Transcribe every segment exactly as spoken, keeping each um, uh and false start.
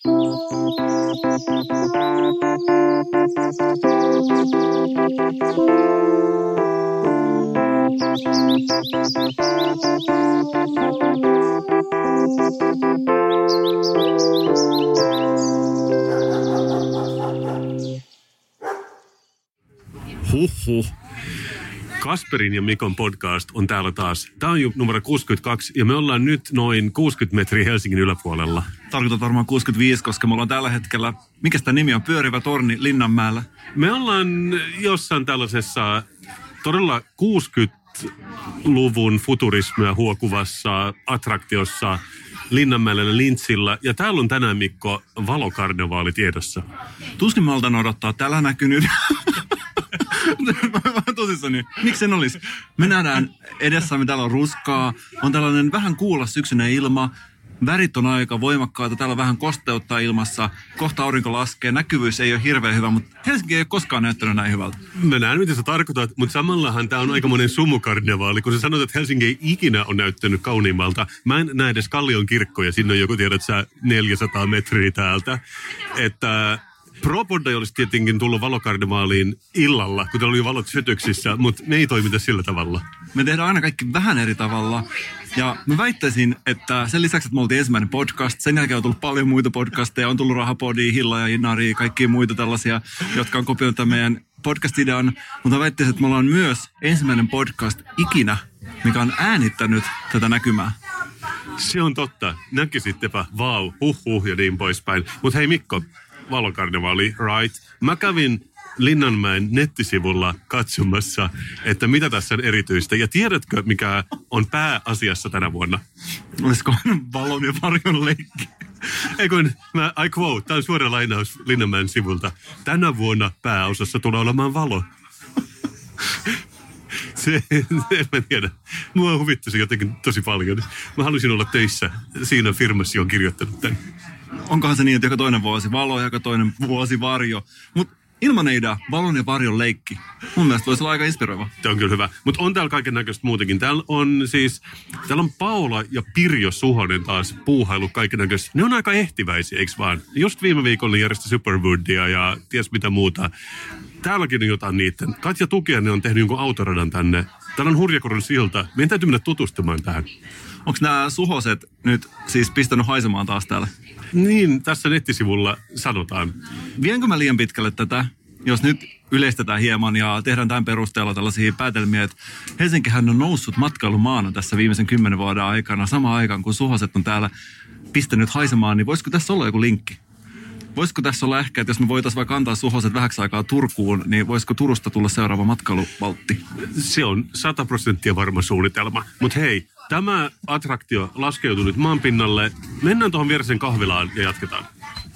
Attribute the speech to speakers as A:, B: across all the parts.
A: Huhhuh. Kasperin ja Mikon podcast on täällä taas. Tämä on jo numero kuusikymmentäkaksi ja me ollaan nyt noin kuusikymmentä metriä Helsingin yläpuolella.
B: Tarkoitat varmaan kuusikymmentäviisi, koska me ollaan tällä hetkellä, mikä tämä nimi on, Pyörivä torni Linnanmäellä.
A: Me ollaan jossain tällaisessa todella kuusikymmentäluvun futurismia huokuvassa attраktiossa Linnanmäellä Lintsillä. Ja täällä on tänään, Mikko, valokarnevaali tiedossa.
B: Tuskin mä altan odottaa. Täällä näkyy nyt. Mä tosissani. Miksi sen olisi? Me nähdään edessämme, täällä on ruskaa. On tällainen vähän kuulla syksyinen ilma. Värit on aika voimakkaita. Täällä on vähän kosteutta ilmassa. Kohta aurinko laskee. Näkyvyys ei ole hirveän hyvä, mutta Helsinki ei ole koskaan näyttänyt näin hyvältä.
A: Mä näen, mitä sä tarkoitat, mutta samallahan tää on aikamoinen sumukarnevaali. Kun sä sanot, että Helsinki ei ikinä ole näyttänyt kauniimmalta. Mä en näe edes Kallion kirkkoja. Sinne on joku, tiedät sä, neljäsataa metriä täältä. Että ProPodda olisi tietenkin tullut valokarnevaaliin illalla, kun täällä oli valot sytyksissä, mutta me ei toimita sillä tavalla.
B: Me tehdään aina kaikki vähän eri tavalla. Ja mä väittäisin, että sen lisäksi, että me oltiin ensimmäinen podcast, sen jälkeen on tullut paljon muita podcasteja, on tullut Rahapodia, Hilla ja Inari, kaikkia muita tällaisia, jotka on kopioinut meidän podcast-idean. Mutta mä väittäisin, että me ollaan myös ensimmäinen podcast ikinä, mikä on äänittänyt tätä näkymää.
A: Se on totta. Näkisittepä, vau, huh huh ja niin poispäin. Mutta hei Mikko, valokarnevaali, right? Mä kävin Linnanmäen nettisivulla katsomassa, että mitä tässä on erityistä. Ja tiedätkö, mikä on pääasiassa tänä vuonna?
B: Olisiko valon ja varjon leikki?
A: Ei kun, mä, I quote, tämä on suora lainaus Linnanmäen sivulta. Tänä vuonna pääosassa tulee olemaan valo. Se, en mä tiedä. Mua huvittaisi jotenkin tosi paljon. Mä haluaisin olla töissä siinä firmassa, johon kirjoittanut tämän.
B: Onkohan se niin, että joka toinen vuosi valo ja joka toinen vuosi varjo. Mutta ilman ei idea, valon ja varjon leikki. Mun mielestä voisi olla aika inspiroiva.
A: Tämä on kyllä hyvä. Mutta on täällä kaiken näköistä muutenkin. Täällä on siis, täällä on Paula ja Pirjo Suhonen taas puuhailu kaiken näköistä. Ne on aika ehtiväisiä, eikö vaan? Just viime viikolla järjesti Superwoodia ja ties mitä muuta. Täälläkin on jotain niiden. Katja Tukiainen on tehnyt jonkun autoradan tänne. Täällä on Hurjakoron silta. Meidän täytyy mennä tutustumaan tähän.
B: Onko nämä suhoset nyt siis pistänyt haisemaan taas täällä?
A: Niin, tässä nettisivulla sanotaan.
B: Vienkö mä liian pitkälle tätä, jos nyt yleistetään hieman ja tehdään tämän perusteella tällaisia päätelmiä, että Helsinkihän on noussut matkailumaana tässä viimeisen kymmenen vuoden aikana samaan aikaan, kun suhoset on täällä pistänyt haisemaan, niin voisiko tässä olla joku linkki? Voisiko tässä olla ehkä, että jos me voitaisiin vaikka antaa suhoset vähäksi aikaa Turkuun, niin voisiko Turusta tulla seuraava matkailuvaltti?
A: Se on sata prosenttia varma suunnitelma. Mutta hei, tämä attraktio laskeutui nyt maanpinnalle. Mennään tuohon vieresen kahvilaan ja jatketaan.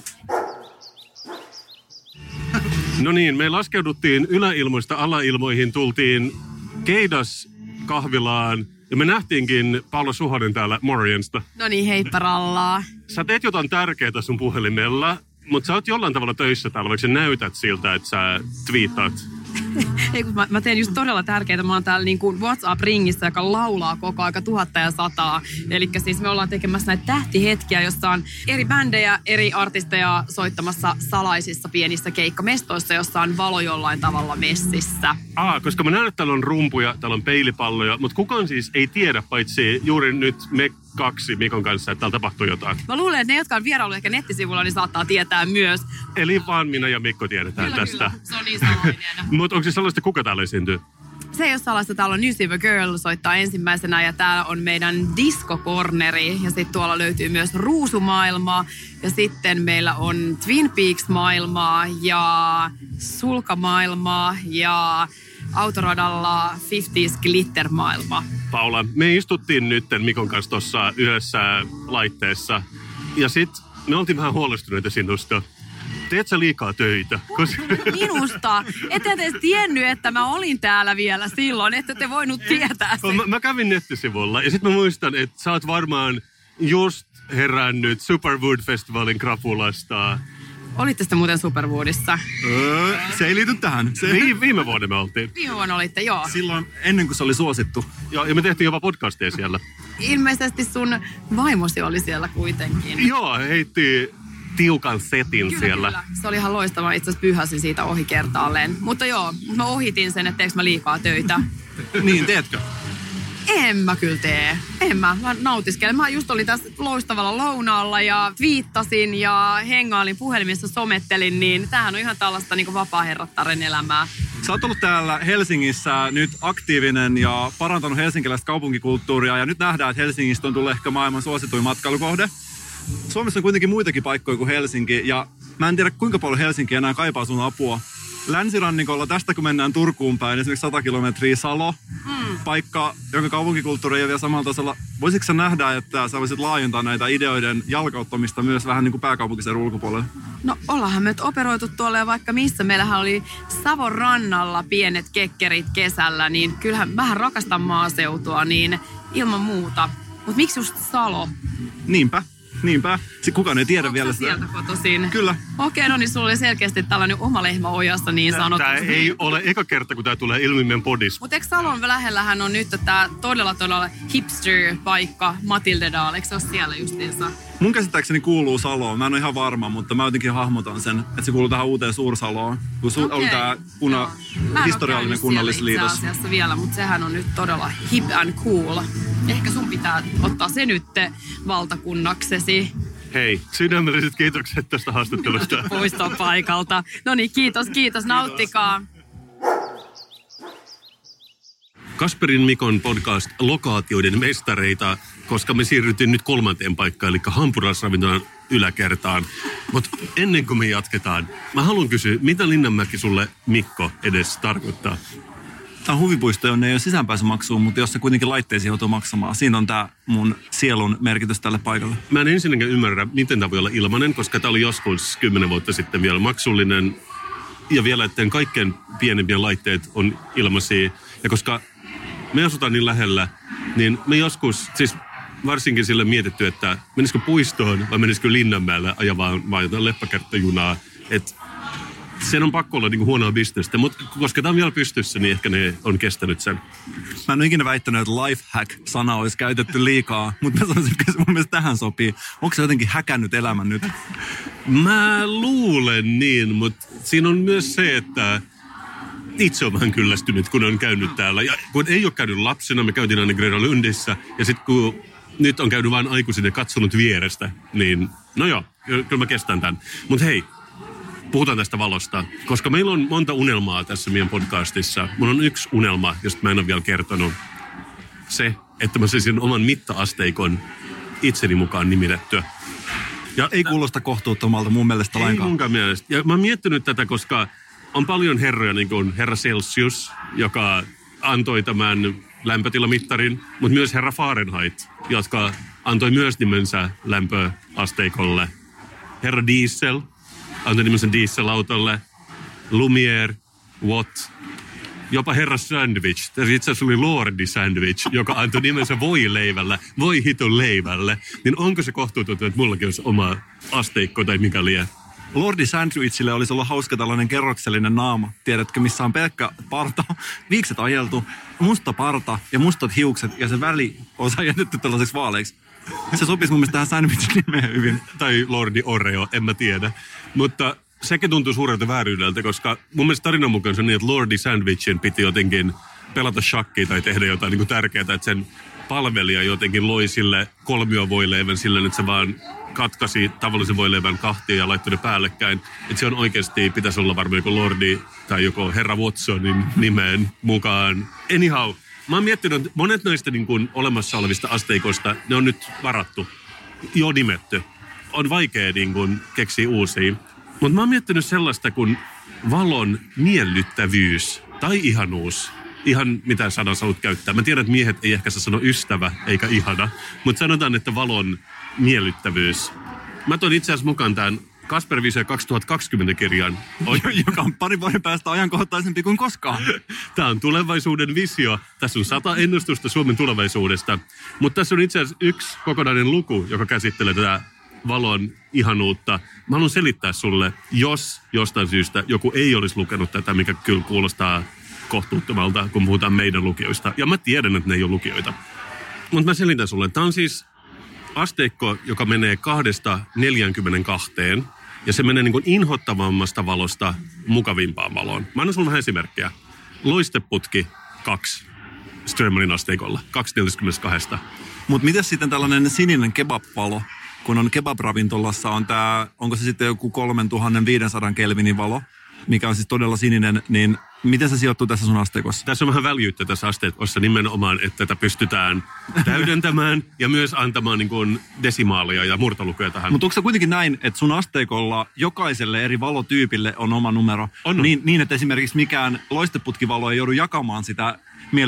A: No niin, me laskeuduttiin yläilmoista alailmoihin, tultiin Keidas kahvilaan ja me nähtiinkin Paula Suhonen täällä Morriensta.
C: No niin, heippa rallaa.
A: Sä teet jotain tärkeää sun puhelimella, mutta sä oot jollain tavalla töissä täällä, vaikka sä näytät siltä, että sä twiittaat.
C: Ei, kun mä, mä teen just todella tärkeää. Mä oon täällä niin kuin WhatsApp-ringissä, joka laulaa koko aika tuhatta ja sataa. Eli siis me ollaan tekemässä näitä tähtihetkiä, jossa on eri bändejä, eri artisteja soittamassa salaisissa pienissä keikkamestoissa, jossa on valo jollain tavalla messissä.
A: Aa, koska mä näen, että täällä on rumpuja, täällä on peilipalloja, mutta kukaan siis ei tiedä, paitsi juuri nyt me kaksi Mikon kanssa, että täällä tapahtuu jotain.
C: Mä luulen, että ne, jotka on vierailu ehkä nettisivulla, niin saattaa tietää myös.
A: Eli vaan minä ja Mikko tiedetään
C: kyllä,
A: tästä.
C: Kyllä, se on niin salainen.
A: Mutta onko se sellaista, kuka täällä esiintyy?
C: Se ei ole salaista. Täällä on New Silver Girl soittaa ensimmäisenä ja täällä on meidän diskokorneri. Ja sitten tuolla löytyy myös Ruusumaailmaa. Ja sitten meillä on Twin Peaks-maailmaa ja Sulkamaailmaa ja autoradalla viisikymmentä Glitter-maailma.
A: Paula, me istuttiin nyt Mikon kanssa tuossa yhdessä laitteessa. Ja sitten me oltiin vähän huolestuneita sinusta. Teet sä liikaa töitä? Koska...
C: Minusta? Ette edes tiennyt, että mä olin täällä vielä silloin. Ette te voinut tietää sen.
A: Mä, mä kävin nettisivulla ja sitten mä muistan, että sä oot varmaan just herännyt Superwood-festivaalin krapulasta.
C: Olitte sitten muuten Superwoodissa?
B: Öö, se ei liity tähän. Se...
A: Vi- viime vuonna me oltiin.
C: Viime vuonna olitte, joo.
B: Silloin ennen kuin se oli suosittu.
A: Ja, ja me tehtiin jopa podcastia siellä.
C: Ilmeisesti sun vaimosi oli siellä kuitenkin.
A: Joo, heitti tiukan setin
C: Kyllä,
A: siellä.
C: kyllä. Se oli ihan loistavaa. Itse asiassa pyhäsin siitä ohi kertaalleen. Mutta joo, mä ohitin sen, että teekö mä liikaa töitä.
B: Niin, teetkö?
C: En mä kyllä tee. En mä. Mä nautiskelen. Mä just olin tässä loistavalla lounaalla ja twiittasin ja hengailin puhelimessa, somettelin, niin tämähän on ihan tällaista niin kuin vapaa-herrattaren elämää.
B: Sä oot ollut täällä Helsingissä nyt aktiivinen ja parantanut helsinkiläistä kaupunkikulttuuria ja nyt nähdään, että Helsingistä on tullut ehkä maailman suosituin matkailukohde. Suomessa on kuitenkin muitakin paikkoja kuin Helsinki ja mä en tiedä kuinka paljon Helsinki enää kaipaa sun apua. Länsirannikolla tästä kun mennään Turkuun päin, esimerkiksi sata kilometriä Salo, mm. paikka, jonka kaupunkikulttuuri ei vielä samalla tasolla. Voisitko sä nähdä, että sä voisit laajentaa näitä ideoiden jalkauttamista myös vähän niin kuin pääkaupunkiseudun ulkopuolelle?
C: No ollaanhan me nyt operoitu tuolla vaikka missä. Meillähän oli Savon rannalla pienet kekkerit kesällä, niin kyllähän vähän rakastan maaseutua, niin ilman muuta. Mutta miksi just Salo?
B: Niinpä. Niinpä. Kukaan ei tiedä
C: Onko
B: vielä sitä.
C: sieltä kotoisin?
B: Kyllä.
C: Okei, no niin sulla oli selkeästi tällainen oma lehmä ojassa niin sanottu.
A: Tämä ei ole eka kerta, kun tämä tulee ilmi meidän podissa.
C: Mutta eikö Salon lähellähän on nyt tämä todella todella hipster-paikka Matildedal, eikö se ole siellä justiinsa?
B: Mun käsittääkseni kuuluu Saloon. Mä en ole ihan varma, mutta mä jotenkin hahmotan sen, että se kuuluu tähän uuteen Suursaloon. Kun su-
C: Okei.
B: oli tämä kuna- historiallinen kunnallisliitos.
C: Itse asiassa vielä, mutta sehän on nyt todella hip and cool. Ehkä sun pitää ottaa se nyt valtakunnaksesi.
A: Hei, sydämelliset kiitokset tästä haastattelusta.
C: Poistua paikalta. No niin, kiitos, kiitos, nauttikaa.
A: Kasperin Mikon podcast Lokaatioiden mestareita, koska me siirryttiin nyt kolmanteen paikkaan, eli hampurilaisravintolan yläkertaan. Mutta ennen kuin me jatketaan, mä haluan kysyä, mitä Linnanmäki sulle, Mikko, edes tarkoittaa?
B: Tämä on huvipuisto, jonne ei ole sisäänpääsymaksua, mutta jos se kuitenkin laitteisiin joutuu maksamaan. Siinä on tämä mun sielun merkitys tälle paikalle.
A: Mä en ensinnäkään ymmärrä, miten tämä voi olla ilmainen, koska tämä oli joskus kymmenen vuotta sitten vielä maksullinen. Ja vielä, että kaikkein pienempien laitteet on ilmaisia. Ja koska me asutaan niin lähellä, niin me joskus, siis varsinkin sille mietitty, että menisikö puistoon vai menisikö Linnanmäelle ajavaan vai jotain leppäkärttäjunaa. Että sen on pakko olla niinku huonoa bisnestä, mutta koska tämä on vielä pystyssä, niin ehkä ne on kestänyt sen.
B: Mä en ole ikinä väittänyt, että lifehack-sana olisi käytetty liikaa, mutta mä sanoisin, että se mun mielestä tähän sopii. Onko se jotenkin häkännyt elämän nyt?
A: Mä luulen niin, mutta siinä on myös se, että itse on vähän kyllästynyt, kun on käynyt täällä. Ja kun ei ole käynyt lapsena, me käytiin aina Gröna Lundissa, ja sitten kun nyt on käynyt vain aikuisina katsonut vierestä, niin no joo, kyllä mä kestän tämän. Mutta hei, puhutaan tästä valosta, koska meillä on monta unelmaa tässä meidän podcastissa. Mun on yksi unelma, josta mä en ole vielä kertonut. Se, että mä saisin oman mitta-asteikon itseni mukaan nimitettyä.
B: Ja ei kuulosta kohtuuttomalta mun mielestä
A: ei
B: lainkaan.
A: munkaan mielestä. Ja mä oon miettinyt tätä, koska on paljon herroja, niin kuin herra Celsius, joka antoi tämän lämpötilamittarin, mutta myös herra Fahrenheit, jotka antoi myös nimensä lämpöasteikolle. Herra Diesel antoi nimensä dieselautolle, Lumiere, Watt, jopa herra Sandwich. Tässä itse asiassa oli Lordi Sandwich, joka antoi nimensä voi-leivälle, voi hitun leivälle. Niin onko se kohtuutonta, että mullakin olisi oma asteikko tai mikä lie?
B: Lordi Sandwichille olisi ollut hauska tällainen kerroksellinen naama. Tiedätkö, missä on pelkkä parta, viikset ajeltu, musta parta ja mustat hiukset ja se väliosa jätetty tällaiseksi vaaleiksi. Se sopisi mun mielestä tähän sandwichin nimeen hyvin.
A: Tai Lordi Oreo, en mä tiedä. Mutta sekin tuntuu suurelta vääryydeltä, koska mun mielestä tarinan mukaan se on niin, että Lordi Sandwichin piti jotenkin pelata shakkia tai tehdä jotain niin kuin tärkeää, että sen palvelija jotenkin loi sille kolmiovoileivän silleen, että se vaan katkasi tavallisen voileivän kahtia ja laittoi ne päällekkäin. Että se on oikeasti, pitäisi olla varmaan joku Lordi tai joko herra Watsonin nimeen mukaan. Anyhow, mä oon miettinyt, että monet näistä niin kuin olemassa olevista asteikoista, ne on nyt varattu, jo nimetty. On vaikea niin kuin keksiä uusia. Mutta mä oon miettinyt sellaista kuin valon miellyttävyys tai ihanuus. Ihan mitä sanaa sä haluat käyttää. Mä tiedän, että miehet ei ehkä saa sanoa ystävä eikä ihana, mutta sanotaan, että valon miellyttävyys. Mä toin itse asiassa mukaan tämän Kasper Visio kaksituhattakaksikymmentä-kirjan.
B: Joka on pari vuoden päästä ajankohtaisempi kuin koskaan.
A: Tämä on tulevaisuuden visio. Tässä on sata ennustusta Suomen tulevaisuudesta. Mutta tässä on itse asiassa yksi kokonainen luku, joka käsittelee tätä valon ihanuutta. Mä haluan selittää sulle, jos jostain syystä joku ei olisi lukenut tätä, mikä kyllä kuulostaa kohtuuttomalta, kun puhutaan meidän lukijoista. Ja mä tiedän, että ne ei ole lukijoita. Mutta mä selitän sulle. Tämä on siis asteikko, joka menee kahdesta neljäänkymmeneenkahteen, ja se menee niin kuin inhottavammasta valosta mukavimpaan valoon. Mä annan sulle vähän esimerkkejä. Loisteputki kaksi Strömmanin asteikolla, kaksi neljäkymmentäkaksi.
B: Mutta miten sitten tällainen sininen kebab-valo, kun on kebab-ravintolassa, on tää, onko se sitten joku kolmetuhattaviisisataa kelvinin valo, mikä on siis todella sininen, niin miten se sijoittuu tässä sun asteikossa?
A: Tässä on vähän väljyyttä tässä asteikossa nimenomaan, että tätä pystytään täydentämään ja myös antamaan niin kuin desimaalia ja murtolukuja tähän.
B: Mutta onko se kuitenkin näin, että sun asteikolla jokaiselle eri valotyypille on oma numero?
A: On.
B: Niin, niin, että esimerkiksi mikään loisteputkivalo ei joudu jakamaan sitä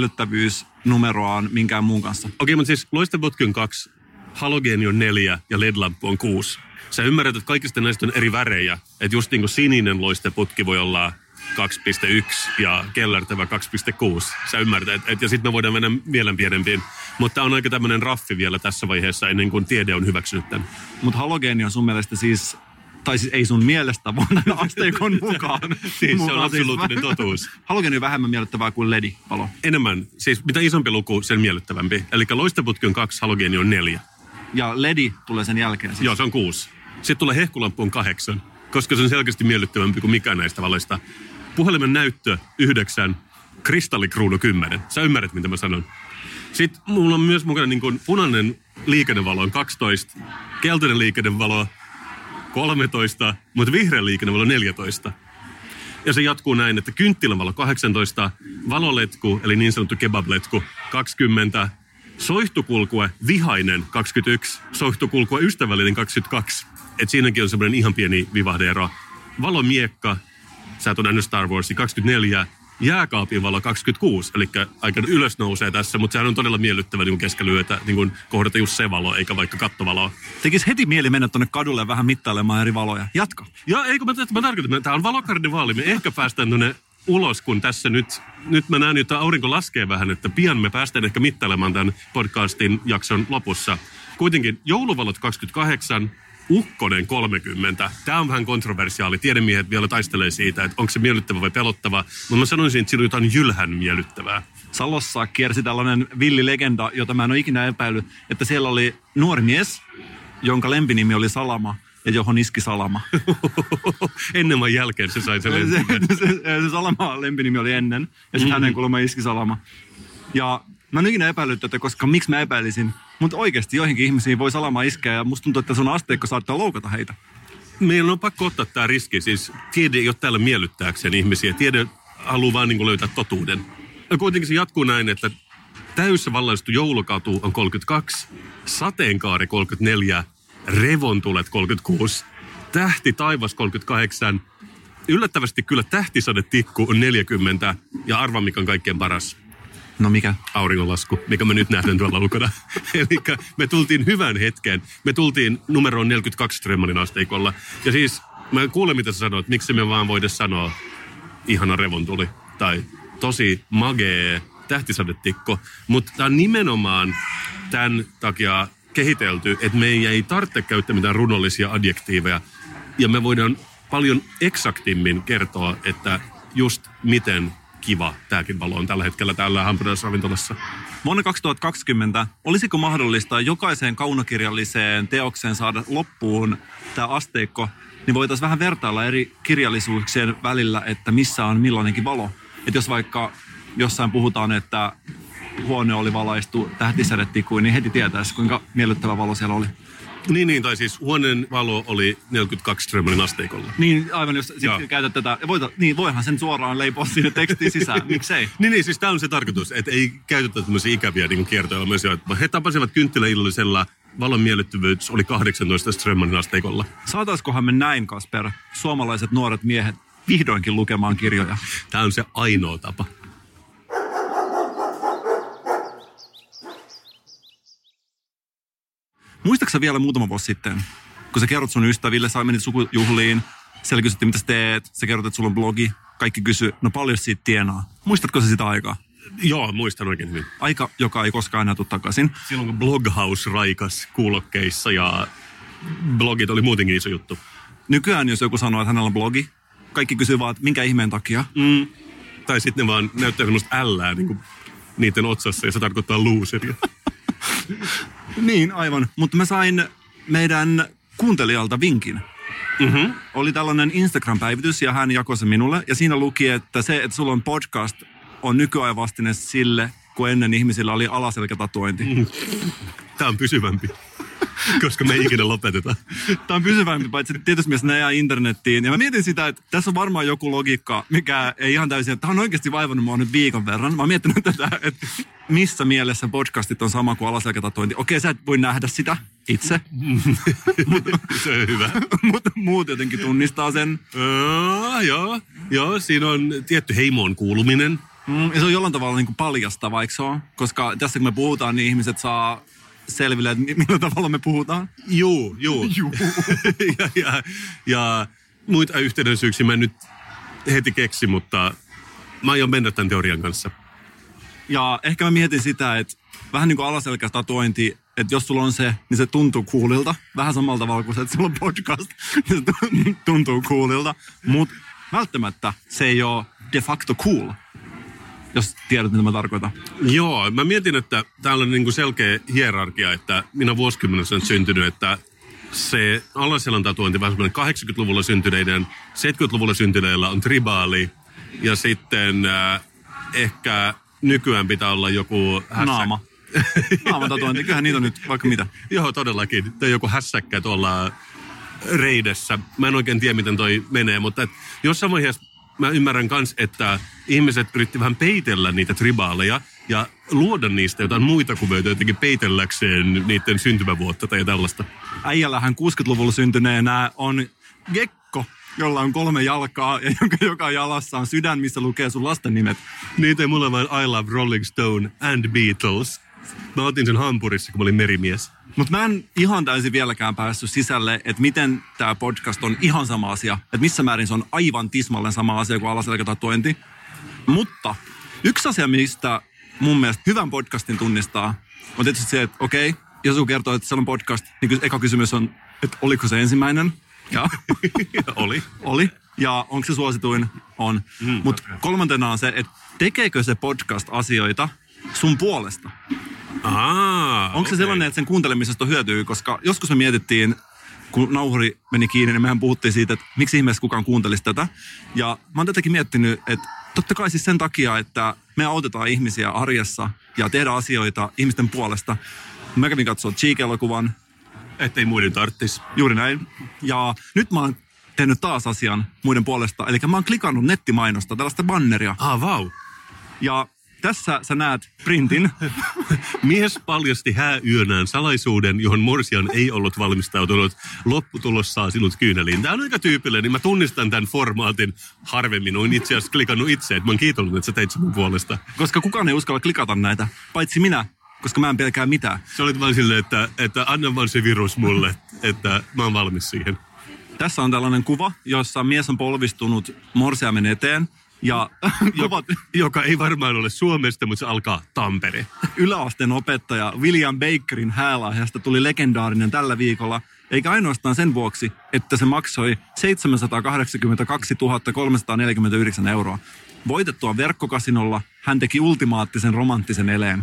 B: miellyttävyysnumeroaan minkään muun kanssa.
A: Okei, mutta siis loisteputki on kaksi, halogeeni on neljä ja L E D-lamppu on kuusi. Sä ymmärrät, että kaikista näistä on eri värejä. Että just niin kuin sininen loisteputki voi olla kaksi pilkku yksi ja kellertävä kaksi pilkku kuusi. Sä ymmärrät, et, et, ja sitten me voidaan mennä vielä pienempiin. Mutta on aika tämmöinen raffi vielä tässä vaiheessa ennen kuin tiede on hyväksynyt tämän.
B: Mutta halogeeni on sun mielestä siis, tai siis ei sun mielestä, vaan asteikon mukaan.
A: Siis se on absoluuttinen totuus.
B: Halogeeni on vähemmän miellyttävää kuin L E D-valo.
A: Enemmän. Siis mitä isompi luku, sen miellyttävämpi. Eli loisteputki on kaksi, halogeeni on neljä.
B: Ja L E D tulee sen jälkeen siis.
A: Joo, se on kuusi. Sitten tulee hehkulampu on kahdeksan, koska se on selkeästi miellyttävämpi kuin mikään näistä valoista. Puhelimen näyttö yhdeksän, kristallikruunu kymmenen. Sä ymmärrät, mitä mä sanon. Sitten mulla on myös mukana niin kuin punainen liikennevalo on kaksitoista, keltainen liikennevalo kolmetoista, mutta vihreä liikennevalo neljätoista. Ja se jatkuu näin, että kynttilävalo kahdeksantoista, valoletku, eli niin sanottu kebabletku kaksikymmentä, soihtukulkue vihainen kaksikymmentäyksi, soihtukulkue ystävällinen kaksikymmentäkaksi. Et siinäkin on semmoinen ihan pieni vivahdeero. Valomiekka, sä et ole nähnyt Star Warsia, kaksikymmentäneljä, jääkaapin valo kaksikymmentäkuusi, eli aika ylös nousee tässä, mutta sehän on todella miellyttävä niin keskellä yötä niin kohdata just se valo, eikä vaikka kattovaloa.
B: Tekisi heti mieli mennä tuonne kadulle vähän mittailemaan eri valoja. Jatka.
A: Ja eikö mä, mä tarkoitan, että tämä on valokarnevaali, me ehkä päästään tuonne ulos, kun tässä nyt, nyt mä näen, että aurinko laskee vähän, että pian me päästään ehkä mittailemaan tämän podcastin jakson lopussa. Kuitenkin jouluvalot kaksikymmentäkahdeksan, ukkonen kolmekymmentä. Tämä on vähän kontroversiaali. Tiedemiehet vielä taistelee siitä, että onko se miellyttävä vai pelottava. Mutta mä sanoisin, että siinä on jotain jylhän miellyttävää.
B: Salossa kiersi tällainen villi legenda, jota mä en ole ikinä epäillyt, että siellä oli nuori mies, jonka lempinimi oli Salama ja johon iski Salama.
A: Ennen vai jälkeen se sai sen
B: se, se, se Salama lempinimi oli ennen ja sitten mm-hmm. hänen kuulemma iski Salama. Ja mä en ikinä epäillyt tätä, koska miksi mä epäilisin. Mutta oikeasti joihinkin ihmisiin voi Salama iskeä ja musta tuntuu, että sun asteikko saattaa loukata heitä.
A: Meillä on pakko ottaa tämä riski. Siis tiede ei ole täällä miellyttääkseen ihmisiä. Tiede haluaa vaan niin löytää totuuden. Ja kuitenkin se jatkuu näin, että täyssä vallaistu joulukatu on kolmekymmentäkaksi, sateenkaari kolmekymmentäneljä, revontulet kolmekymmentäkuusi, tähti taivas kolmekymmentäkahdeksan, yllättävästi kyllä tähtisadetikku on neljäkymmentä ja arva mikä on kaikkein paras.
B: No mikä?
A: Auringonlasku, mikä me nyt nähdään tuolla ulkona. Eli me tultiin hyvän hetkeen. Me tultiin numeroon neljäkymmentäkaksi Strömmanin asteikolla. Ja siis mä kuulen mitä sä sanoit, miksi me vaan voida sanoa ihana revontuli tai tosi magee tähtisadetikko. Mutta tämä on nimenomaan tämän takia kehitelty, että me ei tarvitse käyttää mitään runollisia adjektiiveja. Ja me voidaan paljon eksaktimmin kertoa, että just miten kiva tämäkin valo on tällä hetkellä täällä hampurilaisravintolassa.
B: Vuonna kaksituhattakaksikymmentä olisiko mahdollista jokaiseen kaunokirjalliseen teokseen saada loppuun tämä asteikko, niin voitaisiin vähän vertailla eri kirjallisuuksien välillä, että missä on millainenkin valo. Että jos vaikka jossain puhutaan, että huone oli valaistu tähtisädetikuin, niin heti tietäisi, kuinka miellyttävä valo siellä oli.
A: Niin, niin, tai siis huoneen valo oli neljäkymmentäkaksi Strömmanin asteikolla.
B: Niin, aivan, jos sitten käytät tätä, voita, niin voihan sen suoraan leipoa sinne tekstiin sisään, miksei?
A: niin, niin, siis tämä on se tarkoitus, että ei käytetä tämmöisiä ikäviä niin kiertoilmaisia. He tapasivat kynttiläillallisella, valon miellyttävyys oli kahdeksantoista Strömmanin asteikolla.
B: Saataiskohan me näin, Kasper, suomalaiset nuoret miehet vihdoinkin lukemaan kirjoja?
A: Tämä on se ainoa tapa.
B: Muistaaksä vielä muutama vuosi sitten, kun sä kerrot sun ystäville, sä menit sukujuhliin, siellä kysyttiin, mitä sä teet, sä kerrot, että sulla on blogi, kaikki kysy, no paljon siitä tienaa. Muistatko sä sitä aikaa?
A: Joo, muistan oikein hyvin.
B: Aika, joka ei koskaan enää tule takaisin.
A: Silloin kun Bloghouse raikas kuulokkeissa ja blogit oli muutenkin iso juttu.
B: Nykyään, jos joku sanoo, että hänellä on blogi, kaikki kysyy vaan, että minkä ihmeen takia.
A: Mm. Tai sitten ne vaan näyttää semmoista ällää niin kuin niiden otsassa ja se tarkoittaa loseria.
B: Niin, aivan. Mutta mä sain meidän kuuntelijalta vinkin.
A: Mm-hmm.
B: Oli tällainen Instagram-päivitys ja hän jakoi se minulle. Ja siinä luki, että se, että sulla on podcast, on nykyajan vastine sille, kun ennen ihmisillä oli alaselkätatuointi.
A: Mm. Tämä on pysyvämpi, koska me ei ikinä lopeteta.
B: Tämä on pysyvämpi, paitsi tietysti myös ne jää internettiin. Ja mä mietin sitä, että tässä on varmaan joku logiikka, mikä ei ihan täysin, että tämä on oikeasti vaivannut mua nyt viikon verran. Mä oon miettinyt tätä, että missä mielessä podcastit on sama kuin alaselkätatuointi. Okei, sä et voi nähdä sitä itse.
A: Se on hyvä.
B: Mutta muut jotenkin tunnistaa sen.
A: Uh, joo, joo, siinä on tietty heimoon kuuluminen.
B: Mm, ja se on jollain tavalla niin kuin paljasta, eikö se ole? Koska tässä kun me puhutaan, niin ihmiset saa selville, että millä tavalla me puhutaan.
A: Juu, juu.
B: Juu.
A: ja, ja, ja muita yhtenäisyyksiä mä en nyt heti keksi, mutta mä aion mennä tämän teorian kanssa.
B: Ja ehkä mä mietin sitä, että vähän niin kuin alaselkätatuointi, että jos sulla on se, niin se tuntuu coolilta. Vähän samalla tavalla kuin se, että sulla on podcast, niin se tuntuu coolilta. Mutta välttämättä se ei ole de facto cool, jos tiedät, mitä mä tarkoitan.
A: Joo, mä mietin, että täällä on niinku selkeä hierarkia, että minä vuosikymmenessä on syntynyt, että se alaselän tatuointi vähän semmoinen kahdeksankymmentäluvulla syntyneiden, seitsemänkymmentäluvulla syntyneillä on tribaali ja sitten äh, ehkä nykyään pitää olla joku hässäkkä.
B: Naama. Naamatatuointi, kyllähän niitä on nyt vaikka mitä.
A: Joo, todellakin. Tai joku hässäkkä tuolla reidessä. Mä en oikein tiedä, miten toi menee, mutta et jossain vaiheessa mä ymmärrän kans, että ihmiset yritti vähän peitellä niitä tribaaleja ja luoda niistä jotain muita kuvioita jotenkin peitelläkseen niiden syntymävuotta tai tällaista.
B: Äijällähän kuusikymmentäluvulla syntyneenä on gekko, jolla on kolme jalkaa ja joka, joka jalassa on sydän, missä lukee sun lasten nimet.
A: Niitä ei mulla vain I Love Rolling Stone and Beatles. Mä otin sen Hampurissa, kun mä olin merimies.
B: Mutta mä en ihan täysin vieläkään päässyt sisälle, että miten tämä podcast on ihan sama asia. Että missä määrin se on aivan tismalleen sama asia kuin alaselkätatuointi. Mutta yksi asia, mistä mun mielestä hyvän podcastin tunnistaa, on tietysti se, että okei, jos joku kertoo, että se on podcast, niin eka kysymys on, että oliko se ensimmäinen? Ja
A: oli.
B: Oli. Ja onko se suosituin? On. Mm, Mutta kolmantena on se, että tekeekö se podcast asioita sun puolesta?
A: Aa,
B: Onko
A: okay.
B: se sellainen, että sen kuuntelemisesta on hyötyä? Koska joskus me mietittiin, kun nauhuri meni kiinni, niin mehän puhuttiin siitä, että miksi ihmeessä kukaan kuuntelisi tätä. Ja mä oon tätäkin miettinyt, että totta kai siis sen takia, että me autetaan ihmisiä arjessa ja tehdään asioita ihmisten puolesta. Mä kävin katsoa Cheek-elokuvan.
A: Ettei muiden tarttis.
B: Juuri näin. Ja nyt mä oon tehnyt taas asian muiden puolesta. Eli mä oon klikannut nettimainosta, tällaista banneria.
A: Ah, vau. Wow.
B: Ja tässä sä näet printin.
A: Mies paljasti hääyönään salaisuuden, johon morsian ei ollut valmistautunut. Lopputulos saa sinut kyyneliin. Tämä on aika tyypillinen, niin mä tunnistan tämän formaatin harvemmin. Olen itse asiassa klikannut itse, että mä oon kiitollinen, että sä teit sen mun puolesta.
B: Koska kukaan ei uskalla klikata näitä, paitsi minä, koska mä en pelkää mitään.
A: Se olit vaan silleen, että, että anna vaan se virus mulle, että mä oon valmis siihen.
B: Tässä on tällainen kuva, jossa mies on polvistunut morsiamen eteen. Ja
A: joka, joka ei varmaan ole Suomesta, mutta se alkaa Tampere.
B: Yläasteen opettaja William Bakerin häälahjasta tuli legendaarinen tällä viikolla. Eikä ainoastaan sen vuoksi, että se maksoi seitsemänsataakahdeksankymmentäkaksituhatta kolmesataaneljäkymmentäyhdeksän euroa. Voitettua verkkokasinolla hän teki ultimaattisen romanttisen eleen.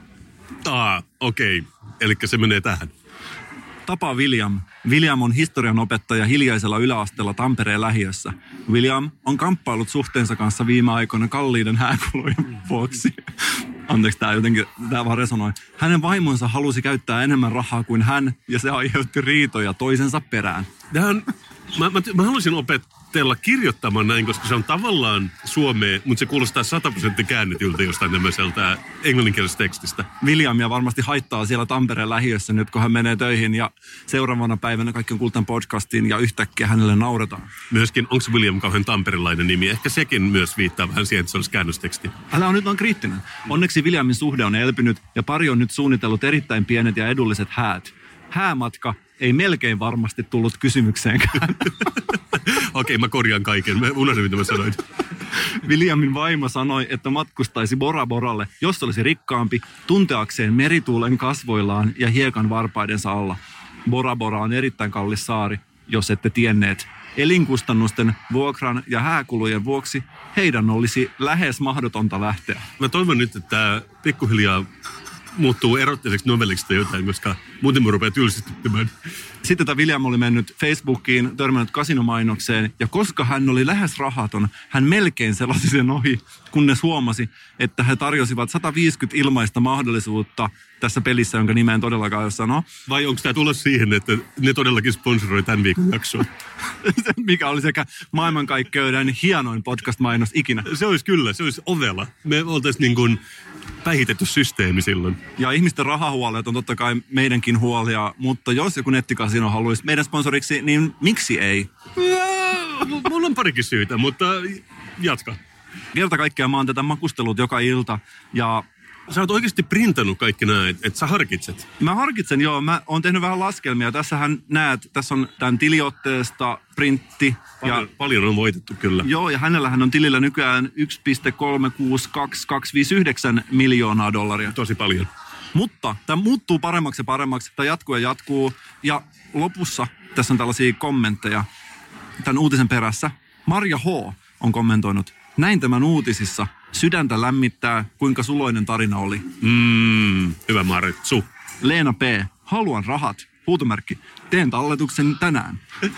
A: Ah, okei. Okay. Elikkä se menee tähän.
B: Tapaa William. William on historianopettaja hiljaisella yläasteella Tampereen lähiössä. William on kamppailut suhteensa kanssa viime aikoina kalliiden hääkulujen vuoksi. Anteeksi, tämä jotenkin, tämä vaan resonoi. Hänen vaimonsa halusi käyttää enemmän rahaa kuin hän, ja se aiheutti riitoja toisensa perään.
A: Tämä on, mä, mä, mä haluaisin opetella kirjoittamaan näin, koska se on tavallaan suomea, mutta se kuulostaa sata prosenttia käännetyltä jostain tämmöiseltä englanninkielisestä tekstistä.
B: Williamia varmasti haittaa siellä Tampereen lähiössä nyt, kun hän menee töihin ja seuraavana päivänä kaikki on kuullut tämän podcastin ja yhtäkkiä hänelle nauretaan.
A: Myöskin, onko William kauhean tamperilainen nimi? Ehkä sekin myös viittaa vähän siihen, että se olisi käännösteksti.
B: Älä on nyt vaan kriittinen. Onneksi Williamin suhde on elpynyt ja pari on nyt suunnitellut erittäin pienet ja edulliset häät. Häämatka ei melkein varmasti tullut kysymykseenkään.
A: Okei, okay, mä korjaan kaiken. Mä unohdin, mitä mä sanoin.
B: Williamin vaimo sanoi, että matkustaisi Bora Boralle, jos olisi rikkaampi, tunteakseen merituulen kasvoillaan ja hiekan varpaidensa alla. Bora Bora on erittäin kallis saari, jos ette tienneet. Elinkustannusten, vuokran ja hääkulujen vuoksi heidän olisi lähes mahdotonta lähteä.
A: Mä toivon nyt, että pikkuhiljaa muuttuu erottiseksi novelliksi tai jotain, koska muuten mä rupean tylsistyttämään.
B: Sitten tämä William oli mennyt Facebookiin, törmännyt kasinomainokseen, ja koska hän oli lähes rahaton, hän melkein selasi sen ohi, kunnes huomasi, että he tarjosivat sata viisikymmentä ilmaista mahdollisuutta tässä pelissä, jonka nimeen todellakaan jos sanoo.
A: Vai onko tämä tulla siihen, että ne todellakin sponsoroi tämän viikon jaksoa?
B: Mikä oli sekä maailmankaikkeuden hienoin podcast-mainos ikinä.
A: Se olisi kyllä, se olisi ovella. Me oltaisiin niin kuin päihitetty systeemi silloin.
B: Ja ihmisten rahahuolet on totta kai meidänkin huolia, mutta jos joku nettikasino haluaisi meidän sponsoriksi, niin miksi ei?
A: Mulla on parikin syytä, mutta jatka.
B: Kerta kaikkiaan mä oon tätä makustellut joka ilta ja
A: sä oot oikeasti printannut kaikki nämä, että et sä harkitset.
B: Mä harkitsen, joo. Mä oon tehnyt vähän laskelmia. Tässähän näet, tässä on tämän tiliotteesta printti.
A: Paljon,
B: ja,
A: paljon on voitettu kyllä.
B: Joo, ja hänellähän on tilillä nykyään yksi pilkku kolme kuusi kaksi kaksi viisi yhdeksän miljoonaa dollaria.
A: Tosi paljon.
B: Mutta tämä muuttuu paremmaksi ja paremmaksi. Tämä jatkuu ja jatkuu. Ja lopussa tässä on tällaisia kommentteja tämän uutisen perässä. Marja H. on kommentoinut. Näin tämän uutisissa. Sydäntä lämmittää, kuinka suloinen tarina oli.
A: Mm, hyvä Martsu.
B: Leena P. Haluan rahat. Huutomerkki. Teen talletuksen tänään.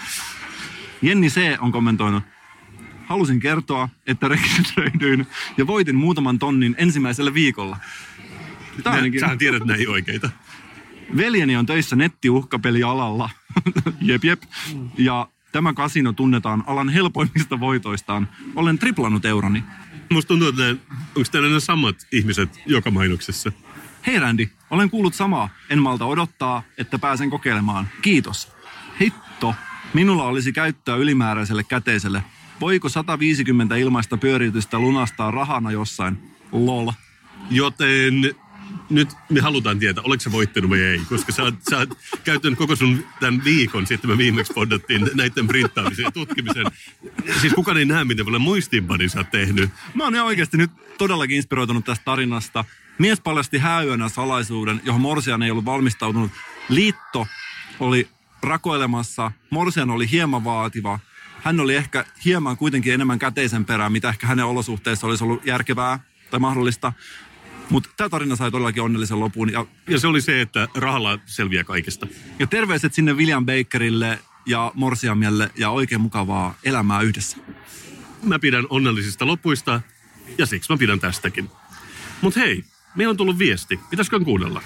B: Jenni C. on kommentoinut. Halusin kertoa, että rekisteröidyin ja voitin muutaman tonnin ensimmäisellä viikolla.
A: Nä, ainakin... Sähän tiedät näin oikeita.
B: Veljeni on töissä nettiuhkapelialalla. jep, jep. Ja tämä kasino tunnetaan alan helpoimmista voitoistaan. Olen triplannut euroni.
A: Musta tuntuu, että nämä, onko tämä nämä samat ihmiset joka mainoksessa?
B: Hei Randy, olen kuullut samaa. En malta odottaa, että pääsen kokeilemaan. Kiitos. Hitto, minulla olisi käyttöä ylimääräiselle käteiselle. Voiko sata viisikymmentä ilmaista pyöritystä lunastaa rahana jossain? Lol.
A: Joten nyt me halutaan tietää, oliko se voittanut vai ei, koska sä oot, sä oot käyttänyt koko sun tämän viikon, sitten me viimeksi poddattiin näiden printtaamisen ja tutkimisen. Siis kukaan ei näe, miten paljon muistiinpanoja sä oot tehnyt.
B: Mä oon oikeasti nyt todellakin inspiroitunut tästä tarinasta. Mies paljasti hääyönä salaisuuden, johon Morsian ei ollut valmistautunut. Liitto oli rakoilemassa, Morsian oli hieman vaativa. Hän oli ehkä hieman kuitenkin enemmän käteisen perään, mitä ehkä hänen olosuhteissa olisi ollut järkevää tai mahdollista. Mutta tämä tarina sai todellakin onnellisen lopun. Ja,
A: ja se oli se, että rahalla selviää kaikesta.
B: Ja terveiset sinne William Bakerille ja Morsiamille ja oikein mukavaa elämää yhdessä.
A: Mä pidän onnellisista lopuista ja siksi mä pidän tästäkin. Mut hei, meillä on tullut viesti. Pitäisikö kuunnella?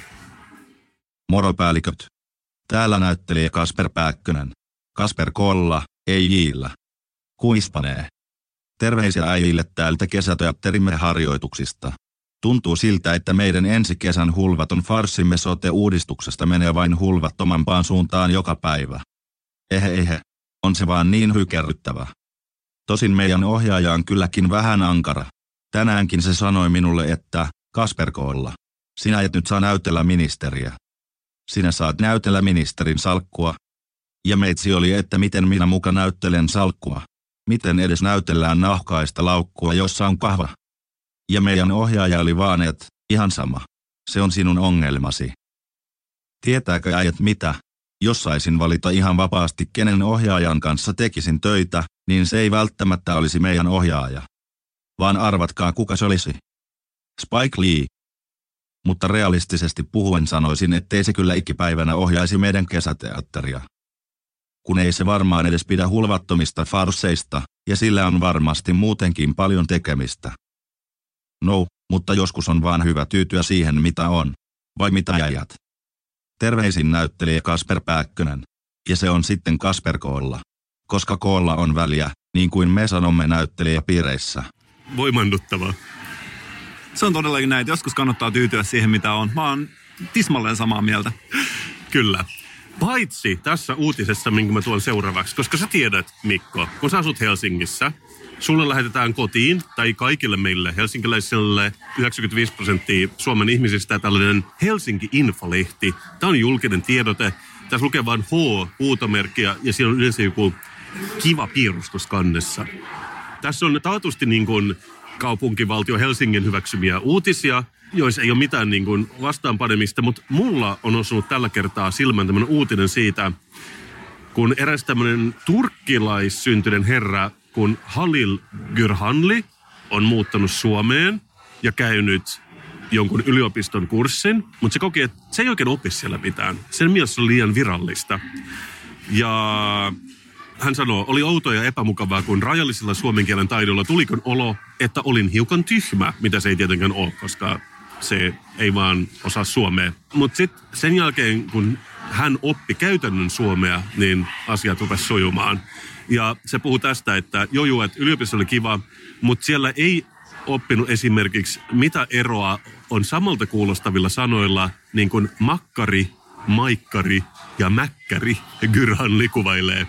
D: Moro päälliköt. Täällä näyttelijä Kasper Pääkkönen. Kasper Kolla, ei Jiillä. Kuispanee. Terveisiä äijille täältä kesäteatterimme harjoituksista. Tuntuu siltä, että meidän ensi kesän hulvaton farssimme sote-uudistuksesta menee vain hulvattomampaan suuntaan joka päivä. Ehe ehe, on se vaan niin hykerryttävä. Tosin meidän ohjaaja on kylläkin vähän ankara. Tänäänkin se sanoi minulle, että Kasper Kolla, sinä et nyt saa näytellä ministeriä. Sinä saat näytellä ministerin salkkua. Ja meitsi oli, että miten minä muka näyttelen salkkua. Miten edes näytellään nahkaista laukkua, jossa on kahva. Ja meidän ohjaaja oli vaan, että ihan sama. Se on sinun ongelmasi. Tietääkö äijät mitä? Jos saisin valita ihan vapaasti, kenen ohjaajan kanssa tekisin töitä, niin se ei välttämättä olisi meidän ohjaaja. Vaan arvatkaa, kuka se olisi. Spike Lee. Mutta realistisesti puhuen sanoisin, ettei se kyllä ikipäivänä ohjaisi meidän kesäteatteria. Kun ei se varmaan edes pidä hulvattomista farsseista, ja sillä on varmasti muutenkin paljon tekemistä. No, mutta joskus on vaan hyvä tyytyä siihen mitä on. Vai mitä jäjät? Terveisin näyttelijä Kasper Pääkkönen. Ja se on sitten Kasper Kolla. Koska koolla on väliä, niin kuin me sanomme näyttelijäpiireissä.
A: Voimannuttavaa.
B: Se on todellakin näin, joskus kannattaa tyytyä siihen mitä on. Mä oon tismalleen samaa mieltä.
A: Kyllä. Paitsi tässä uutisessa, minkä mä tuon seuraavaksi, koska sä tiedät, Mikko, kun sä asut Helsingissä, sulle lähetetään kotiin, tai kaikille meille helsinkiläisille yhdeksänkymmentäviisi prosenttia Suomen ihmisistä tällainen Helsinki-infolehti. Tämä on julkinen tiedote. Tässä lukee vain H-huutomerkkiä, ja siinä on yleensä joku kiva piirustus kannessa. Tässä on taatusti niin kuin kaupunkivaltio Helsingin hyväksymiä uutisia, joissa ei ole mitään niin kuin vastaanpanemista, mutta mulla on osunut tällä kertaa silmään tämmöinen uutinen siitä, kun eräs tämmöinen turkkilaissyntyinen herra, kun Halil Gürhanli on muuttanut Suomeen ja käynyt jonkun yliopiston kurssin, mutta se koki, että se ei oikein opi siellä mitään. Sen mielestä se oli liian virallista. Ja hän sanoo, oli outoa ja epämukavaa, kun rajallisella suomen kielen taidolla tulikon olo, että olin hiukan tyhmä, mitä se ei tietenkään ole, koska se ei vaan osaa suomea. Mutta sitten sen jälkeen, kun hän oppi käytännön suomea, niin asiat rupesi sujumaan. Ja se puhuu tästä, että joo, joo, että yliopisto oli kiva, mutta siellä ei oppinut esimerkiksi, mitä eroa on samalta kuulostavilla sanoilla, niin kuin makkari, maikkari ja mäkkäri, Gyrhan likuvailee.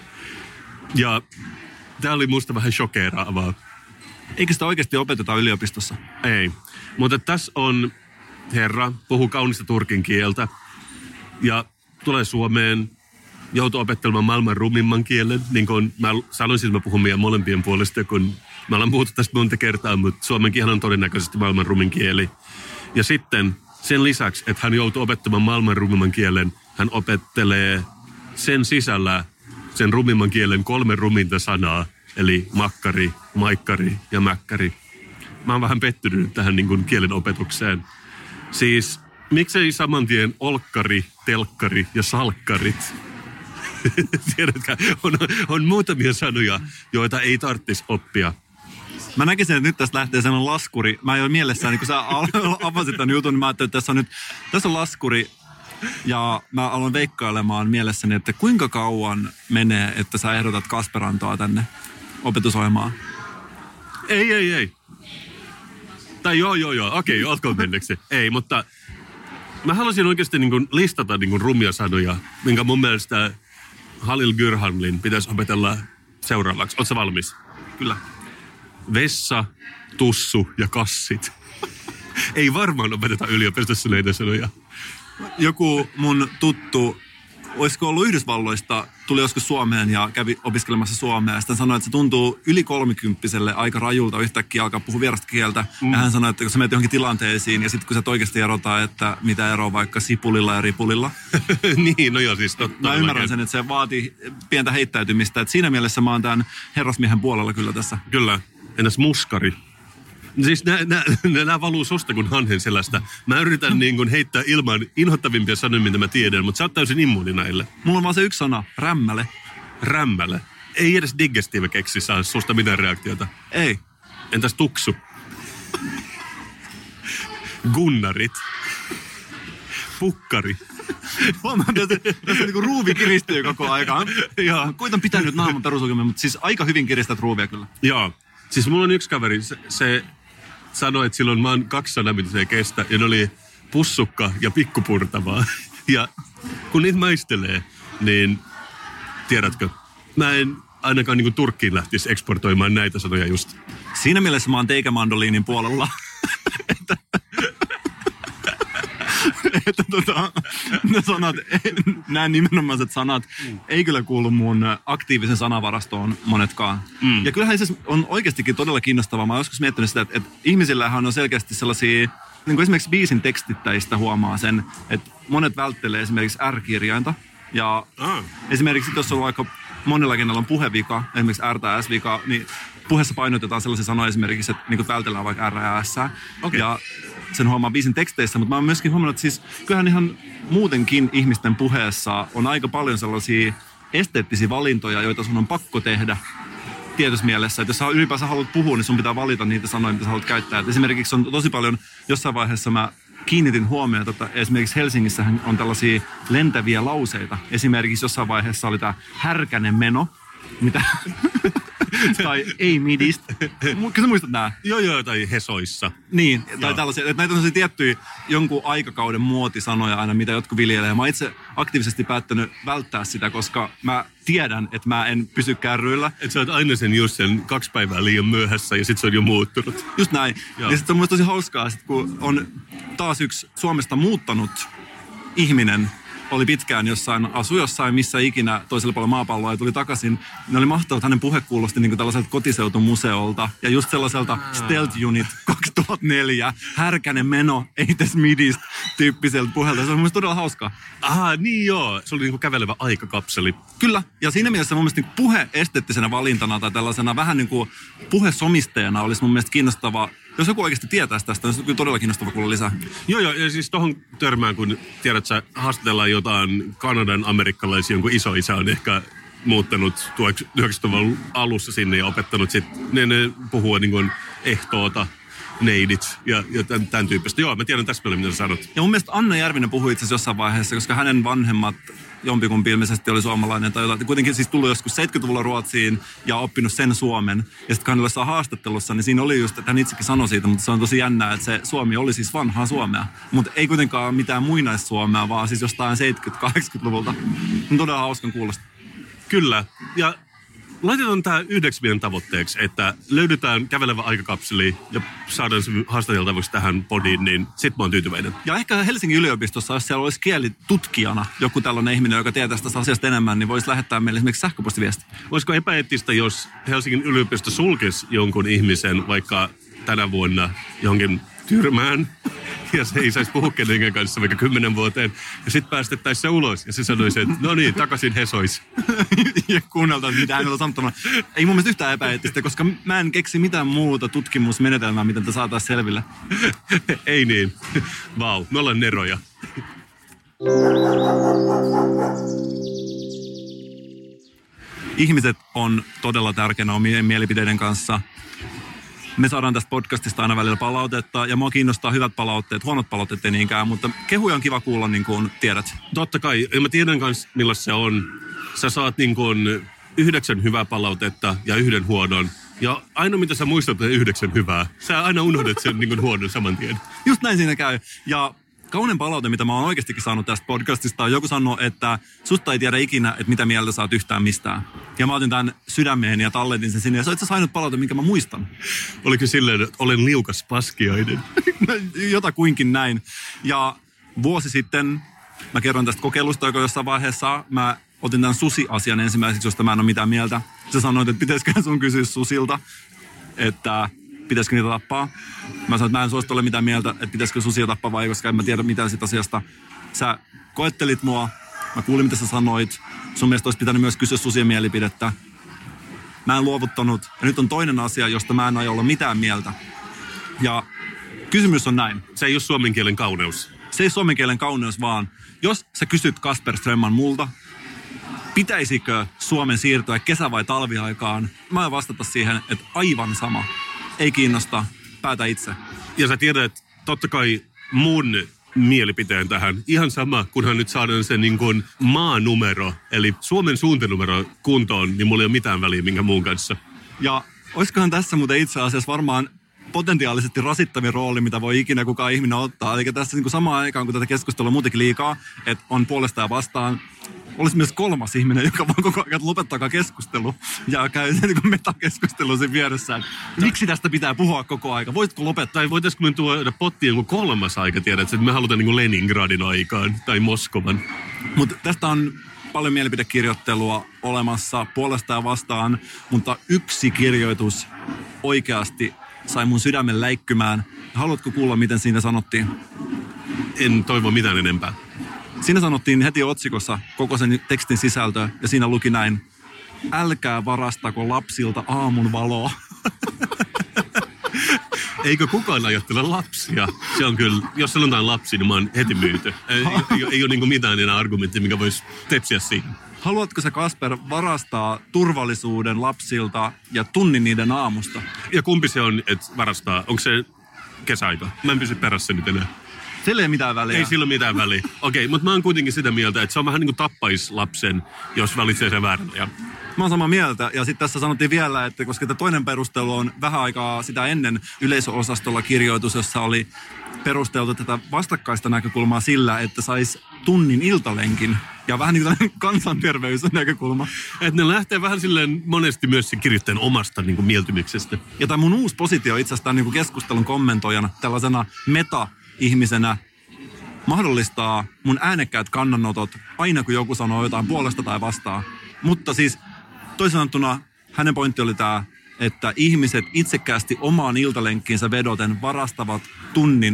A: Ja tämä oli musta vähän shokeeraavaa.
B: Eikö sitä oikeasti opeteta yliopistossa?
A: Ei, mutta tässä on herra, puhuu kaunista turkin kieltä ja tulee Suomeen, joutuu opettelemaan maailman rumimman kielen. Niin kuin mä sanoisin, että mä puhun meidän molempien puolesta, kun mä olen puhuttu tästä monta kertaa, mutta suomen kieli on todennäköisesti maailman rumin kieli. Ja sitten sen lisäksi, että hän joutuu opettamaan maailman rumimman kielen, hän opettelee sen sisällä sen rumimman kielen kolme ruminta sanaa, eli makkari, maikkari ja mäkkäri. Mä oon vähän pettynyt tähän niin kuin kielen opetukseen. Siis miksei saman tien olkkari, telkkari ja salkkarit? Tiedätkö, on, on muutamia sanoja, joita ei tarvitsisi oppia.
B: Mä näkisin, että nyt tästä lähtee sellainen laskuri. Mä jo mielessäni, niin kun sä avasit tämän jutun, niin mä ajattelin, että tässä on nyt tässä on laskuri. Ja mä aloin veikkailemaan mielessäni, että kuinka kauan menee, että sä ehdotat Kasperantoa tänne opetusohjelmaan?
A: Ei, ei, ei. Tai joo, joo, joo. Okei, olkoon menneksi. Ei, mutta mä haluaisin oikeasti niin kuin listata niin kuin rumia sanoja, minkä mun mielestä Halil Gürhanlin pitäisi opetella seuraavaksi. Ootko sä valmis?
B: Kyllä.
A: Vessa, tussu ja kassit. Ei varmaan opeteta yliopistossa näitä sanoja.
B: Joku mun tuttu, olisiko ollut Yhdysvalloista, tuli joskus Suomeen ja kävi opiskelemassa suomea. Sitten sanoi, että se tuntuu yli kolmikymppiselle aika rajulta yhtäkkiä alkaa puhua vierasta kieltä. Mm. Ja hän sanoi, että kun sä menet johonkin tilanteisiin ja sitten kun sä oikeasti erotaan, että mitä eroa vaikka sipulilla ja ripulilla.
A: Niin, no joo, siis totta.
B: Mä ymmärrän sen, että se vaatii pientä heittäytymistä. Että siinä mielessä mä oon tämän herrasmiehen puolella kyllä tässä.
A: Kyllä. Entäs muskari? Siis nämä valuu susta kuin hanhen selästä. Mä yritän niin kuin heittää ilman inhottavimpia sanoja, mitä mä tiedän, mutta sä oot täysin immuuni näille.
B: Mulla on vaan se yksi sana, rämmäle.
A: Rämmäle. Ei edes digestive keksi saa susta mitään reaktiota.
B: Ei.
A: Entäs tuksu? Gunnarit. Pukkari.
B: Huomaan, että tässä niinku ruuvi kiristyy koko aikaan. Ja kuitan pitänyt naaman perusoikeuden, mutta siis aika hyvin kiristät ruuvia kyllä.
A: Joo. Siis mulla on yksi kaveri, se, se sanoi, että silloin mä oon kaksi sanaa, mitä se ei kestä, ja ne oli pussukka ja pikkupurtavaa. Ja kun niitä maistelee, niin tiedätkö, mä en ainakaan niin kuin Turkkiin lähtisi eksportoimaan näitä sanoja just.
B: Siinä mielessä mä oon teikämandoliinin puolella. että että tota, ne sanat, nämä nimenomaiset sanat ei kyllä kuulu mun aktiivisen sanavarastoon monetkaan. Mm. Ja kyllähän se on oikeastikin todella kiinnostavaa. Mä oon joskus miettinyt sitä, että, että ihmisillähän on selkeästi sellaisia, niin kuin esimerkiksi biisin tekstittäjistä huomaa sen, että monet välttelee esimerkiksi R-kirjainta. Ja ah. esimerkiksi jos on aika monella kenellä on puhevika, esimerkiksi R tai S-vika, niin puheessa painotetaan sellaisia sanoja esimerkiksi, että niin vältellään vaikka R ja S. Okay. Ja sen huomaa biisin teksteissä, mutta mä oon myöskin huomannut, että siis kyllähän ihan muutenkin ihmisten puheessa on aika paljon sellaisia esteettisiä valintoja, joita sun on pakko tehdä tietyssä mielessä. Että jos sä ylipäänsä haluat puhua, niin sun pitää valita niitä sanoja, mitä sä haluat käyttää. Et esimerkiksi on tosi paljon, jossain vaiheessa mä kiinnitin huomioon, että esimerkiksi Helsingissähän on tällaisia lentäviä lauseita. Esimerkiksi jossain vaiheessa oli tää härkänen meno, mitä... tai ei midistä. Kyllä sä muistat nää?
A: Joo, joo, tai Hesoissa.
B: Niin, tai joo. Tällaisia. Että näitä on sellaisia tiettyjä jonkun aikakauden muotisanoja aina, mitä jotkut viljelee. Mä oon itse aktiivisesti päättänyt välttää sitä, koska mä tiedän, että mä en pysy kärryillä.
A: Että sä oot aina sen just sen kaksi päivää liian myöhässä ja sit se on jo muuttunut.
B: Just näin. Joo. Ja sit se on mun tosi hauskaa, sit kun on taas yksi Suomesta muuttanut ihminen, oli pitkään jossain, asui jossain missä ikinä toisella puolella maapalloa ja tuli takaisin. Ne oli mahtavaa, että hänen puhe kuulosti niin kuin tällaiselta kotiseutumuseolta ja just sellaiselta Stealth Unit kaksituhattaneljä, härkänen meno, ei tässä midistä. tyyppiseltä puhelta. Se on mun mielestä todella hauskaa.
A: Aha, niin joo. Se oli niinku kävelevä aikakapseli.
B: Kyllä, ja siinä mielessä mun mielestä niin puhe esteettisenä valintana tai tällaisena vähän niin kuin puhesomistajana olisi mun mielestä kiinnostava. Jos joku oikeasti tietäisi tästä, niin se on kyllä todella kiinnostava kuulla lisää.
A: Joo, joo, ja siis tohon törmään, kun tiedät sä, haastatellaan jotain Kanadan amerikkalaisia, jonkun isoisä on ehkä muuttanut tuhatyhdeksänsataaluvun alussa sinne ja opettanut sitten, ne, ne puhuu niin kuin ehtoota, neidit ja, ja tämän, tämän tyyppistä. Joo, mä tiedän täsmälleen, mitä sä sanot.
B: Ja mun mielestä Anna Järvinen puhui itse asiassa jossain vaiheessa, koska hänen vanhemmat jompikumpi ilmeisesti oli suomalainen tai jotain. Kuitenkin siis tullut joskus seitsemänkymmentäluvulla Ruotsiin ja oppinut sen suomen. Ja sitten kannella haastattelussa, niin siinä oli just, että hän itsekin sanoi siitä, mutta se on tosi jännää, että se Suomi oli siis vanhaa Suomea. Mutta ei kuitenkaan mitään muinaissuomea, vaan siis jostain seitsemänkymmentä-kahdeksankymmentäluvulta. On todella hauskan kuulosta.
A: Kyllä, ja laitetaan tämä yhdeksi meidän tavoitteeksi, että löydetään kävelevä aikakapseli ja saadaan se haastateltavaksi tähän podiin, niin sit mä oon tyytyväinen.
B: Ja ehkä Helsingin yliopistossa, jos siellä olisi kielitutkijana joku tällainen ihminen, joka tietää tästä asiasta enemmän, niin voisi lähettää meille esimerkiksi sähköpostiviesti.
A: Olisiko epäeettistä, jos Helsingin yliopisto sulkisi jonkun ihmisen vaikka tänä vuonna johonkin tyrmään, ja se ei saisi puhua kenenkään kanssa vaikka kymmenen vuoteen, ja sitten päästettäisiin se ulos, ja se sanoisi, että no niin, takaisin Hesois.
B: Ja kuunneltaan, mitä hän on sanottanut. Ei mun mielestä yhtään epäeettistä, koska mä en keksi mitään muuta tutkimusmenetelmää, miten te saataisiin selville.
A: Ei niin. Vau, me ollaan neroja.
B: Ihmiset on todella tärkeänä omien mielipiteiden kanssa. Me saadaan tästä podcastista aina välillä palautetta, ja mua kiinnostaa hyvät palautteet, huonot palautteet ei niinkään, mutta kehuja on kiva kuulla, niin kuin tiedät.
A: Totta kai, ja mä tiedän kanssa, millaista se on. Sä saat niin kuin yhdeksän hyvää palautetta ja yhden huonon, ja aina mitä sä muistat on yhdeksän hyvää. Sä aina unohdat sen niin kuin huonon saman tien.
B: Just näin siinä käy, ja kaunein palaute, mitä mä oon oikeastikin saanut tästä podcastista, on joku sanoo, että susta ei tiedä ikinä, että mitä mieltä sä oot yhtään mistään. Ja mä otin tämän sydämeen ja talletin sen sinne, ja se on itse asiassa ainut palaute, minkä mä muistan.
A: Oliko silleen, että olen liukas paskiainen?
B: Jotakuinkin näin. Ja vuosi sitten mä kerron tästä kokeilusta, joka jossain vaiheessa mä otin tämän susi-asian ensimmäiseksi, josta mä en ole mitään mieltä. Sä sanoit, että pitäisikö sun kysyä susilta, että pitäisikö niitä tappaa. Mä sanoin, että mä en suosittu ole mitään mieltä, että pitäisikö susia tappaa vai, koska en mä tiedä mitään siitä asiasta. Sä koettelit mua, mä kuulin mitä sä sanoit. Sun mielestä olisi pitänyt myös kysyä susien mielipidettä. Mä en luovuttanut. Ja nyt on toinen asia, josta mä en aio olla mitään mieltä. Ja kysymys on näin.
A: Se ei ole suomen kielen kauneus.
B: Se ei suomen kielen kauneus, vaan jos sä kysyt Kasper Strömman multa, pitäisikö Suomen siirtyä kesä- vai talviaikaan, mä aion vastata siihen, että aivan sama. Ei kiinnosta, päätä itse.
A: Ja sä tiedät, että totta kai mun mielipiteen tähän, ihan sama, kunhan nyt saadaan se niin kuin maanumero, eli Suomen suuntanumero kuntoon, niin mulla ei ole mitään väliä minkä muun kanssa.
B: Ja olisikohan tässä muuten itse asiassa varmaan potentiaalisesti rasittavin rooli, mitä voi ikinä kukaan ihminen ottaa. Eli tässä niin kuin samaan aikaan, kun tätä keskustelua on muutenkin liikaa, että on puolesta ja vastaan, olisi myös kolmas ihminen, joka voi koko ajan lopettaa keskustelu ja käy niin kuin metakeskustelua sen vieressä. Miksi tästä pitää puhua koko aika? Voitko lopettaa?
A: Tai voitaisiko me tuoda pottiin joku kolmas aika, tiedät, että me halutaan niin kuin Leningradin aikaan tai Moskovan.
B: Mutta tästä on paljon mielipidekirjoittelua olemassa puolesta ja vastaan, mutta yksi kirjoitus oikeasti sai mun sydämen läikkymään. Haluatko kuulla, miten siinä sanottiin?
A: En toivo mitään enempää.
B: Siinä sanottiin heti otsikossa koko sen tekstin sisältö, ja siinä luki näin: älkää varastako lapsilta aamun valoa.
A: Eikö kukaan ajattele lapsia? Se on kyllä, jos sanotaan lapsi, niin mä oon heti myyty. Ei, ei, ei ole niin mitään enää argumenttia, mikä voisi tepsiä siihen.
B: Haluatko sä, Kasper, varastaa turvallisuuden lapsilta ja tunnin niiden aamusta?
A: Ja kumpi se on, että varastaa? Onko se kesäaika? Mä en pysy perässä nyt enää.
B: Sillä ei mitään väliä.
A: Ei sillä mitään väliä. Okei, mutta mä oon kuitenkin sitä mieltä, että se on vähän niin kuin tappais lapsen, jos valitsee sen väärän. Ja
B: mä oon samaa mieltä. Ja sitten tässä sanottiin vielä, että koska tämä toinen perustelu on vähän aikaa sitä ennen yleisöosastolla kirjoitus, jossa oli perusteltu tätä vastakkaista näkökulmaa sillä, että sais tunnin iltalenkin. Ja vähän niin kuin kansanterveysnäkökulma.
A: Että ne lähtee vähän silleen monesti myös sen kirjoittajan omasta niin kuin mieltymyksestä.
B: Ja tämä mun uusi positio itse asiassa niin kuin keskustelun kommentoijana, tällaisena meta-ihmisenä, mahdollistaa mun äänekkäät kannanotot aina kun joku sanoo jotain puolesta tai vastaan. Mutta siis toisin sanottuna hänen pointti oli tämä, että ihmiset itsekkäästi omaan iltalenkkiinsä vedoten varastavat tunnin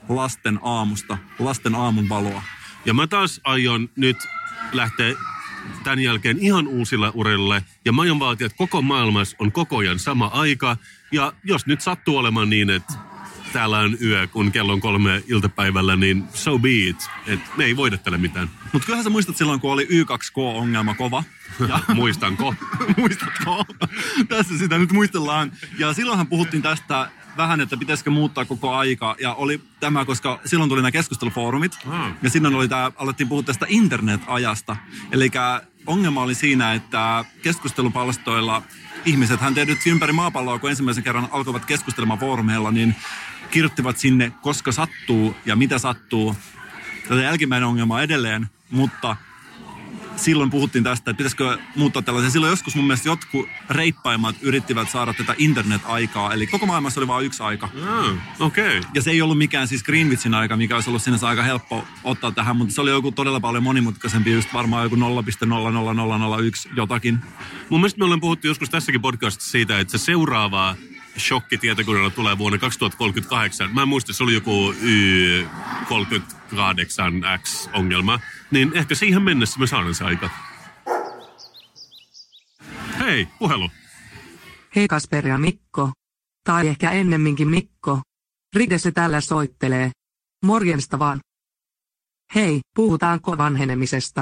B: lasten aamusta, lasten aamun valoa.
A: Ja mä taas aion nyt lähteä tämän jälkeen ihan uusilla urille. Ja mä aion vaatia, että koko maailmassa on koko ajan sama aika. Ja jos nyt sattuu olemaan niin, että täällä on yö, kun kello on kolme iltapäivällä, niin so be it. Et me ei voida tälle mitään.
B: Mutta kyllähän sä muistat silloin, kun oli Y kaksi K-ongelma kova.
A: Ja muistanko?
B: Muistatko? Tässä sitä nyt muistellaan. Ja silloinhan puhuttiin tästä vähän, että pitäisikö muuttaa koko aika. Ja oli tämä, koska silloin tuli nämä keskustelufoorumit. Ah. Ja silloin oli tämä, alettiin puhua tästä internet-ajasta. Eli ongelma oli siinä, että keskustelupalstoilla ihmiset, hän tehdyt ympäri maapalloa, kun ensimmäisen kerran alkoivat keskustelemaan foorumeilla, niin kirjoittivat sinne, koska sattuu ja mitä sattuu. Tätä jälkimmäinen ongelma on edelleen, mutta silloin puhuttiin tästä, että pitäisikö muuttaa tällaisia. Silloin joskus mun mielestä jotkut reippaimmat yrittivät saada tätä internet-aikaa. Eli koko maailmassa oli vain yksi aika.
A: Mm, okei. Okay.
B: Ja se ei ollut mikään siis Greenwichin aika, mikä olisi ollut sinänsä aika helppo ottaa tähän, mutta se oli joku todella paljon monimutkaisempi, just varmaan joku nolla pilkku nolla nolla nolla nolla yksi jotakin.
A: Mun mielestä me ollaan puhuttu joskus tässäkin podcastissa siitä, että se seuraava shokki tietokoneella tulee vuonna kaksituhattakolmekymmentäkahdeksan. Mä en muista, se oli joku Y kolmekymmentäkahdeksan X-ongelma. Niin ehkä siihen mennessä me saadaan se aika. Hei, puhelu.
E: Hei Kasper ja Mikko. Tai ehkä ennemminkin Mikko. Ride se tällä soittelee. Morjensta vaan. Hei, puhutaanko vanhenemisesta?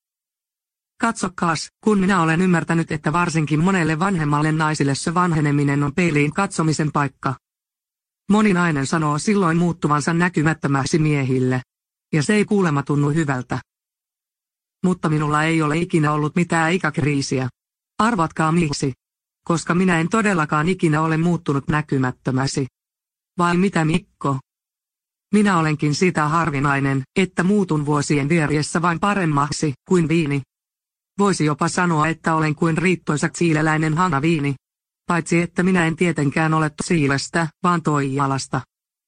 E: Katsokaas, kun minä olen ymmärtänyt, että varsinkin monelle vanhemmalle naisille se vanheneminen on peiliin katsomisen paikka. Moni nainen sanoo silloin muuttuvansa näkymättömäksi miehille. Ja se ei kuulemma tunnu hyvältä. Mutta minulla ei ole ikinä ollut mitään ikäkriisiä. Arvatkaa miksi. Koska minä en todellakaan ikinä ole muuttunut näkymättömäsi. Vai mitä Mikko? Minä olenkin sitä harvinainen, että muutun vuosien vieriessä vain paremmaksi kuin viini. Voisi jopa sanoa, että olen kuin riittoisa siileläinen hanaviini. Paitsi että minä en tietenkään ole siilestä, vaan toijalasta.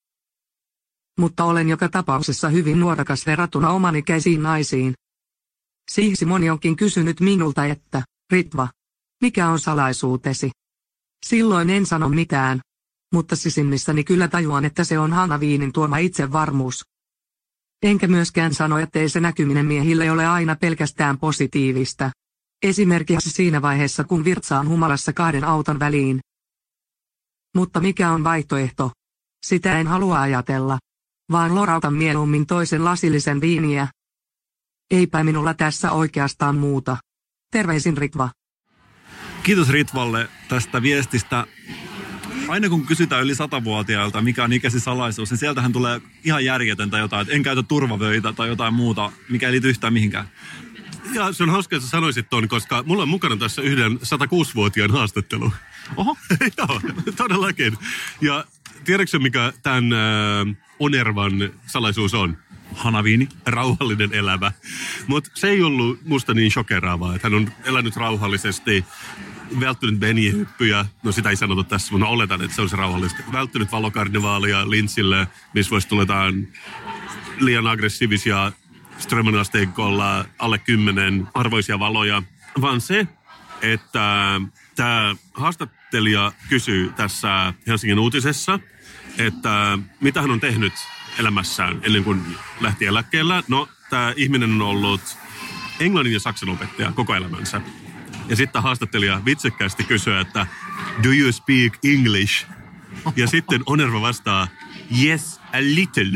E: Mutta olen joka tapauksessa hyvin nuorekas verrattuna omanikäisiin naisiin. Siksi moni onkin kysynyt minulta, että, Ritva, mikä on salaisuutesi? Silloin en sano mitään. Mutta sisimmissäni kyllä tajuan, että se on hanaviinin tuoma itsevarmuus. Enkä myöskään sano, ettei se näkyminen miehille ole aina pelkästään positiivista. Esimerkiksi siinä vaiheessa, kun virtsaan humalassa kahden auton väliin. Mutta mikä on vaihtoehto? Sitä en halua ajatella. Vaan lorautan mieluummin toisen lasillisen viiniä. Eipä minulla tässä oikeastaan muuta. Terveisin Ritva.
B: Kiitos Ritvalle tästä viestistä. Aina kun kysytään yli satavuotiailta, mikä on ikäsi salaisuus, niin sieltähän tulee ihan järjetöntä jotain, että en käytä turvavöitä tai jotain muuta, mikä ei liity yhtään mihinkään.
A: Ja se on hauska, että sä sanoisit ton, koska mulla on mukana tässä yhden satakuusivuotiaan haastattelu.
B: Oho.
A: Joo, todellakin. Ja tiedätkö mikä tämän äh, Onervan salaisuus on?
B: Hanaviini.
A: Rauhallinen elämä. Mutta se ei ollut musta niin shokeraavaa, että hän on elänyt rauhallisesti, välttynyt benjihyppyjä, no sitä ei sanota tässä, mutta oletan, että se on se rauhallista. Välttynyt valokarnevaalia Lintsille, missä voisi tuletaan liian aggressiivisia strömmenasteikolla alle kymmenen arvoisia valoja, vaan se, että tämä haastattelija kysyy tässä Helsingin uutisessa, että mitä hän on tehnyt elämässään ennen kuin lähti eläkkeellä. No, tämä ihminen on ollut englannin ja saksan opettaja koko elämänsä. Ja sitten haastattelija vitsekkäästi kysyy, että do you speak English? Ja sitten Onerva vastaa, yes, a little.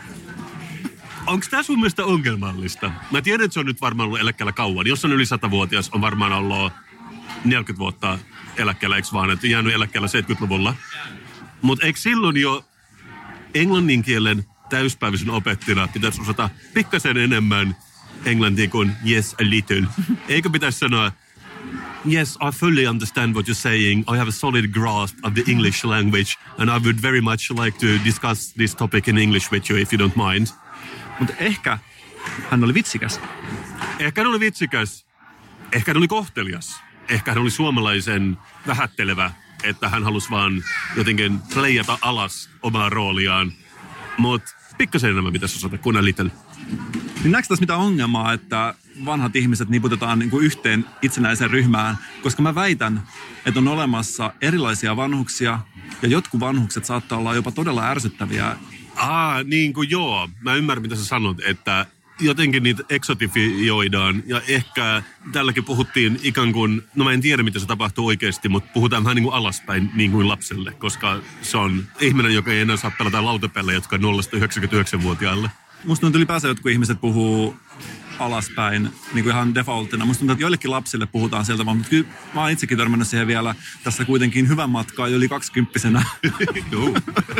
A: Onko tämä sun mielestä ongelmallista? Mä tiedän, että se on nyt varmaan ollut eläkkeellä kauan. Jos on yli satavuotias, on varmaan ollut neljäkymmentä vuotta eläkkeellä, eikö vaan? Että jäänyt eläkkeellä seitsemänkymmentäluvulla. Mutta eikö silloin jo englannin kielen täyspäiväisen opettina pitäisi osata pikkasen enemmän englantia kuin yes, a little? Eikö pitäisi sanoa, yes, I fully understand what you're saying. I have a solid grasp of the English language and I would very much like to discuss this topic in English with you if you don't mind.
B: Mutta ehkä hän oli vitsikäs.
A: Ehkä hän oli vitsikäs. Ehkä hän oli kohtelias. Ehkä hän oli suomalaisen vähättelevä, että hän halusi vaan jotenkin leijata alas omaa rooliaan. Mutta pikkasen enemmän pitäisi osata kuin a little.
B: Niin näetkö tässä mitään ongelmaa, että vanhat ihmiset niputetaan niin kuin yhteen itsenäiseen ryhmään? Koska mä väitän, että on olemassa erilaisia vanhuksia ja jotkut vanhukset saattaa olla jopa todella ärsyttäviä.
A: Aa, niin kuin joo. Mä ymmärrän, mitä sä sanot, että jotenkin niitä eksotifioidaan ja ehkä tälläkin puhuttiin ikään kuin, no mä en tiedä mitä se tapahtuu oikeasti, mutta puhutaan vähän niin kuin alaspäin niin kuin lapselle, koska se on ihminen, joka ei enää saa pelata lautapelejä, jotka on nolla yhdeksänkymmentäyhdeksän-vuotiaille.
B: Musta tuntuu ylipäänsä jotkut ihmiset puhuu alaspäin, niin kuin ihan defaultina. Musta tuntuu, että joillekin lapsille puhutaan sieltä vaan, mutta kyllä mä oon itsekin törmännyt siihen vielä tässä kuitenkin hyvän matkaa yli kaksikymppisenä.
A: Joo.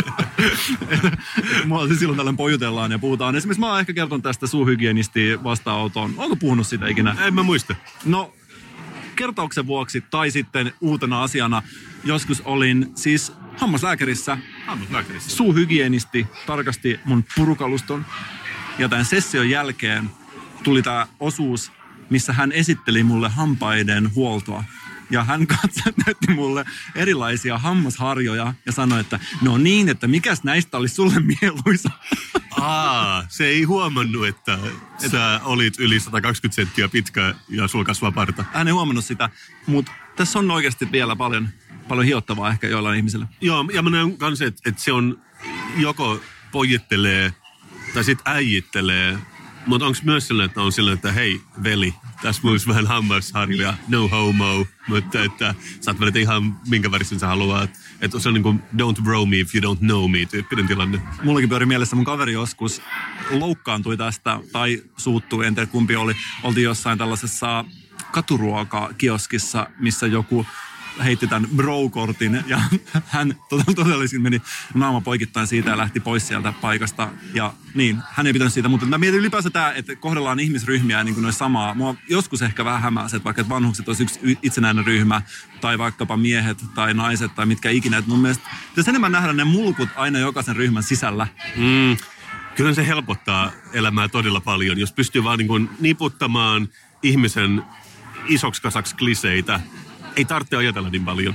B: Mua siis silloin tällöin pojutellaan ja puhutaan. Esimerkiksi mä oon ehkä kertonut tästä suuhygienisti vastaanotoon. Onko puhunut siitä ikinä?
A: En mä muista.
B: No, kertauksen vuoksi tai sitten uutena asiana joskus olin siis hammaslääkärissä.
A: Hammaslääkärissä.
B: Suuhygienisti tarkasti mun purukaluston. Ja tämän session jälkeen tuli tämä osuus, missä hän esitteli mulle hampaiden huoltoa. Ja hän katsoin, näytti mulle erilaisia hammasharjoja ja sanoi, että no niin, että mikäs näistä olisi sulle mieluisa.
A: Aa, se ei huomannut, että sä olit yli sata kaksikymmentä senttiä pitkä ja sulla kasvaa parta.
B: Hän ei huomannut sitä, mutta tässä on oikeasti vielä paljon, paljon hiottavaa ehkä joillain ihmisillä.
A: Joo, ja mä näen kanssa, että, että se on joko pojittelee tai sit äijittelee. Mutta onko myös sellainen, että on sellainen, että hei, veli, tässä mulla olisi vähän hammasharjoja, no homo, mutta että saat valita ihan minkä värisen sä haluat. Että se on niin kuin don't bro me if you don't know me -tyyppinen tilanne.
B: Mullakin pyöri mielessä, mun kaveri joskus loukkaantui tästä, tai suuttui, en tiedä kumpi oli. Oltiin jossain tällaisessa katuruokakioskissa, missä joku heitti tämän bro-kortin ja hän todellisin meni naama poikittain siitä ja lähti pois sieltä paikasta. Ja niin, hän ei pitänyt siitä, mutta mä mietin ylipäänsä tämä, että kohdellaan ihmisryhmiä niin kuin noin samaa. Mua joskus ehkä vähän hämää, että vaikka vanhukset olisi yksi itsenäinen ryhmä tai vaikkapa miehet tai naiset tai mitkä ikinä. Että mun mielestä pitäisi enemmän nähdä ne mulkut aina jokaisen ryhmän sisällä.
A: Mm, kyllä se helpottaa elämää todella paljon, jos pystyy vaan niin kuin niputtamaan ihmisen isoksi kasaksi kliseitä. Ei tarvitse ajatella niin paljon.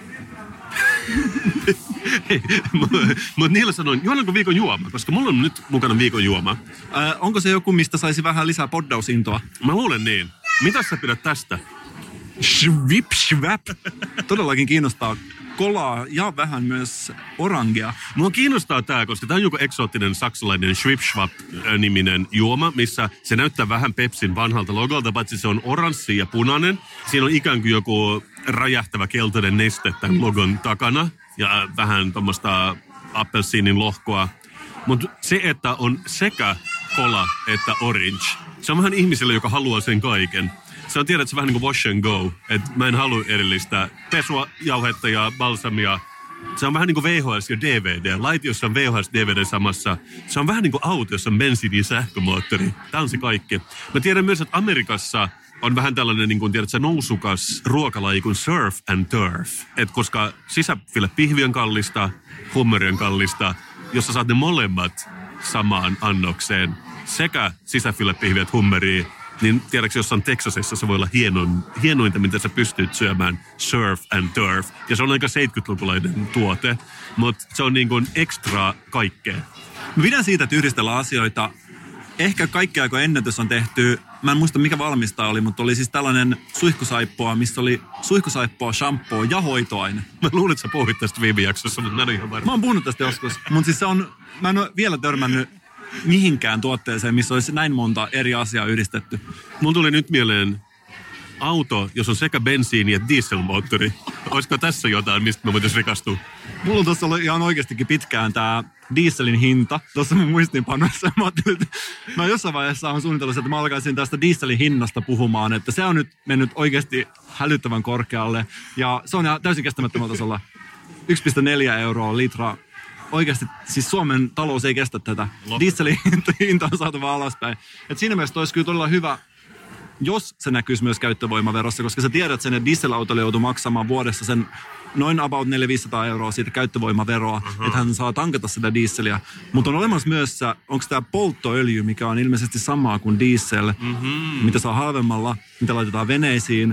A: Mutta niillä sanoin, juodaanko viikon juoma? Koska mulla on nyt mukana viikon juoma.
B: Ää, onko se joku, mistä saisi vähän lisää poddausintoa?
A: Mä luulen niin. Mitä sä pidät tästä?
B: Shvip, shvap. Todellakin kiinnostaa kolaa ja vähän myös orangea.
A: Mua kiinnostaa tää, koska tää on joku eksoottinen saksalainen Schwipschwap-niminen juoma, missä se näyttää vähän Pepsin vanhalta logolta, paitsi se on oranssi ja punainen. Siinä on ikään kuin joku räjähtävä keltainen neste tämän logon takana ja vähän tommoista appelsiinin lohkoa. Mutta se, että on sekä kola että orange, se on vähän ihmiselle, joka haluaa sen kaiken. Se on tiedä, että se on vähän niin kuin wash and go. Että mä en halua erillistä pesua, jauhetta ja balsamia. Se on vähän niin kuin V H S ja D V D. Laite, jossa on V H S D V D samassa. Se on vähän niin kuin auto, jossa on bensiini ja sähkömoottori. Tämä on se kaikki. Mä tiedän myös, että Amerikassa on vähän tällainen, niin kuin tiedät, se nousukas ruokalaji kuin surf and turf. Et koska sisäfilepihvi on kallista, hummeri on kallista, jossa saat ne molemmat samaan annokseen. Sekä sisäfilepihvi että hummeria. Niin tiedätkö, jossain Texasissa se voi olla hienoin, hienointa, mitä sä pystyt syömään, surf and turf. Ja se on aika seitsemänkymmentälukulainen tuote, mutta se on niin kuin ekstra kaikkea.
B: Mä pidän siitä, että yhdistellä asioita. Ehkä kaikki aikojen ennätys on tehty, mä en muista mikä valmistaja oli, mutta oli siis tällainen suihkusaippua, missä oli suihkusaippua, shampoo ja hoitoaine.
A: Mä luulen, että sä puhuit tästä viime jaksossa, mutta mä en ole ihan varma.
B: Mä oon puhunut tästä joskus, mutta siis se on, mä en ole vielä törmännyt mihinkään tuotteeseen, missä olisi näin monta eri asiaa yhdistetty.
A: Mulla tuli nyt mieleen auto, jos on sekä bensiini että dieselmoottori. Olisiko tässä jotain, mistä me voitaisiin rikastua?
B: Mulla on tuossa ollut ihan oikeastikin pitkään tää dieselin hinta. Tuossa mun muistiinpanoissa mä ajattelin, että mä jossain vaiheessa on suunnitellut, että mä alkaisin tästä dieselin hinnasta puhumaan, että se on nyt mennyt oikeasti hälyttävän korkealle. Ja se on ihan täysin kestämättömällä tasolla. yksi pilkku neljä euroa litra. Oikeasti, siis Suomen talous ei kestä tätä. Dieselin hinta on saatava alaspäin. Et siinä mielessä olisi kyllä todella hyvä, jos se näkyisi myös käyttövoimaverossa, koska sä tiedät sen, että dieselautolle joutuu maksamaan vuodessa sen noin about neljäsataa viisisataa euroa siitä käyttövoimaveroa, uh-huh. että hän saa tankata sitä dieseliä. Mutta on olemassa myös, onko tämä polttoöljy, mikä on ilmeisesti samaa kuin diesel, mm-hmm. mitä saa halvemmalla, mitä laitetaan veneisiin,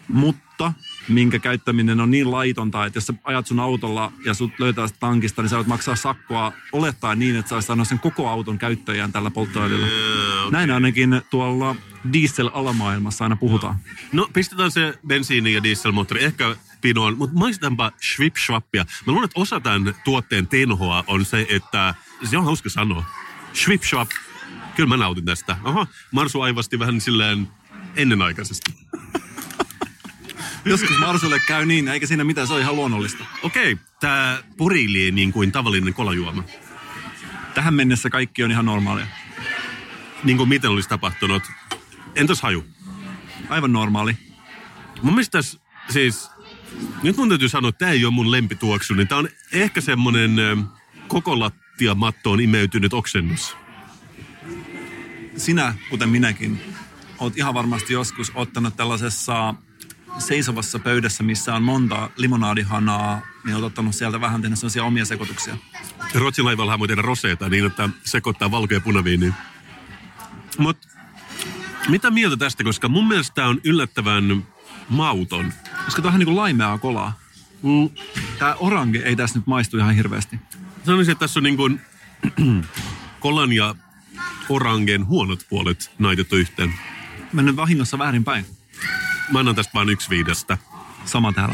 B: mutta minkä käyttäminen on niin laitonta, että jos sä ajat sun autolla ja sut löytää sitä tankista, niin sä voit maksaa sakkoa olettaen niin, että sä olisit sanoa sen koko auton käyttäjän tällä polttoöljyllä. Yeah, okay. Näin ainakin tuolla diesel-alamaailmassa aina puhutaan.
A: No pistetään se bensiini- ja dieselmoottori ehkä pinoon, mutta maistetaanpa Schwip-Schwappia. Mä luulen, että osa tämän tuotteen tenhoa on se, että se on hauska sanoa. Schwip-Schwapp. Kyllä mä nautin tästä. Oho, Marsu aivasti vähän silleen ennenaikaisesti.
B: Joskus Marsulle käy niin, eikä siinä mitään, se on ihan luonnollista.
A: Okei, tää puriili niin kuin tavallinen kolajuoma.
B: Tähän mennessä kaikki on ihan normaalia.
A: Niin kuin miten olisi tapahtunut. Entäs haju?
B: Aivan normaali.
A: Mun mielestä tässä, siis, nyt mun täytyy sanoa, että tää ei ole mun lempituoksu, niin tää on ehkä semmonen koko lattia mattoon imeytynyt oksennus.
B: Sinä, kuten minäkin, oot ihan varmasti joskus ottanut tällaisessa seisovassa pöydässä, missä on monta limonaadihanaa, niin oot ottanut sieltä vähän tehnyt sellaisia omia sekoituksia.
A: Ruotsin laivallahan voi tehdä roseeta niin, että sekoittaa valko- ja punaviiniä. Mut mitä mieltä tästä, koska mun mielestä tää on yllättävän mauton.
B: Koska tää on niin kuin laimeaa kolaa.
A: Mm.
B: Tää orange ei tässä nyt maistu ihan hirveästi.
A: Sanoisin, että tässä on niin kuin kolan ja orangen huonot puolet naitettu yhteen.
B: Mä nyt vahingossa väärinpäin.
A: Mä annan tästä vaan yksi viidestä.
B: Sama täällä.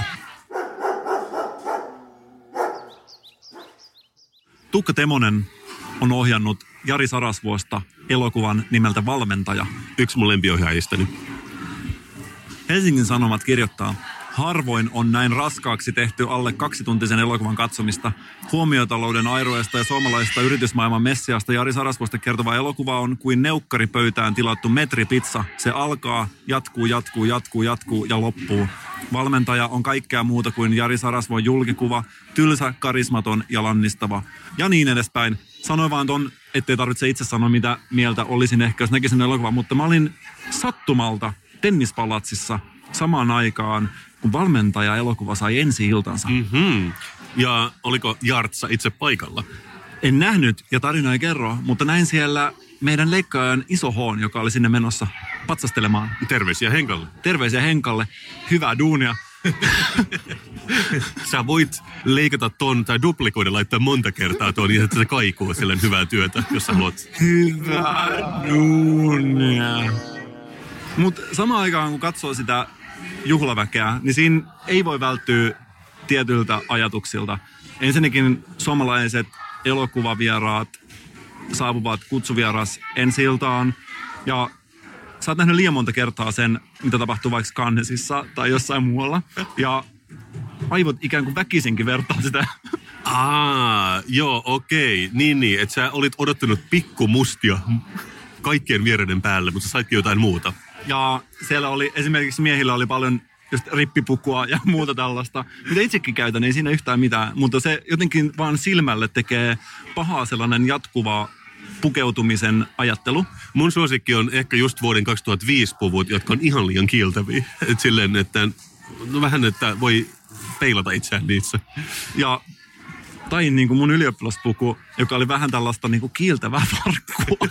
B: Tuukka Temonen on ohjannut Jari Sarasvuosta elokuvan nimeltä Valmentaja.
A: Yksi mun lempiohjaajistani.
B: Helsingin Sanomat kirjoittaa: harvoin on näin raskaaksi tehty alle kaksituntisen elokuvan katsomista. Huomiotalouden airoesta ja suomalaisesta yritysmaailman messiasta Jari Sarasvuosta kertova elokuva on kuin neukkaripöytään tilattu metripizza. Se alkaa, jatkuu, jatkuu, jatkuu, jatkuu ja loppuu. Valmentaja on kaikkea muuta kuin Jari Sarasvuon julkikuva, tylsä, karismaton ja lannistava. Ja niin edespäin. Sanoin vaan ton, ettei tarvitse itse sanoa, mitä mieltä olisin ehkä, jos näkisin elokuvan. Mutta mä olin sattumalta tennispalatsissa samaan aikaan, kun Valmentaja elokuva sai ensi-iltansa.
A: Mm-hmm. Ja oliko Jartsa itse paikalla?
B: En nähnyt ja tarina ei kerro, mutta näin siellä meidän leikkaajan Iso Hoon, joka oli sinne menossa patsastelemaan.
A: Terveisiä Henkalle.
B: Terveisiä Henkalle. Hyvää duunia.
A: Sä voit leikata ton tai duplikoida, laittaa monta kertaa ton, niin että se kaikuu silleen hyvää työtä, jos sä haluat.
B: Hyvää duunia. Mutta samaan aikaan, kun katsoo sitä juhlaväkeä, niin siinä ei voi välttyä tietyiltä ajatuksilta. Ensinnäkin suomalaiset elokuvavieraat saapuvat kutsuvieras ensi-iltaan. Ja sä oot nähnyt liian monta kertaa sen, mitä tapahtuu vaikka Cannesissa tai jossain muualla. Ja aivot ikään kuin väkisinkin vertaa sitä.
A: Aa, joo, okei. Niin, niin, että sä olit odottanut pikkumustia kaikkien vieraiden päälle, mutta sä saitkin jotain muuta.
B: Ja siellä oli, esimerkiksi miehillä oli paljon just rippipukua ja muuta tällaista, mitä itsekin käytän, ei siinä yhtään mitään. Mutta se jotenkin vaan silmälle tekee pahaa sellainen jatkuva pukeutumisen ajattelu.
A: Mun suosikki on ehkä just vuoden kaksituhattaviisi puvut, jotka on ihan liian kiiltäviä. Et silleen, että no vähän, että voi peilata itseään niissä.
B: Ja tai niin kuin mun ylioppilaspuku, joka oli vähän tällaista niin kuin kiiltävää farkkua.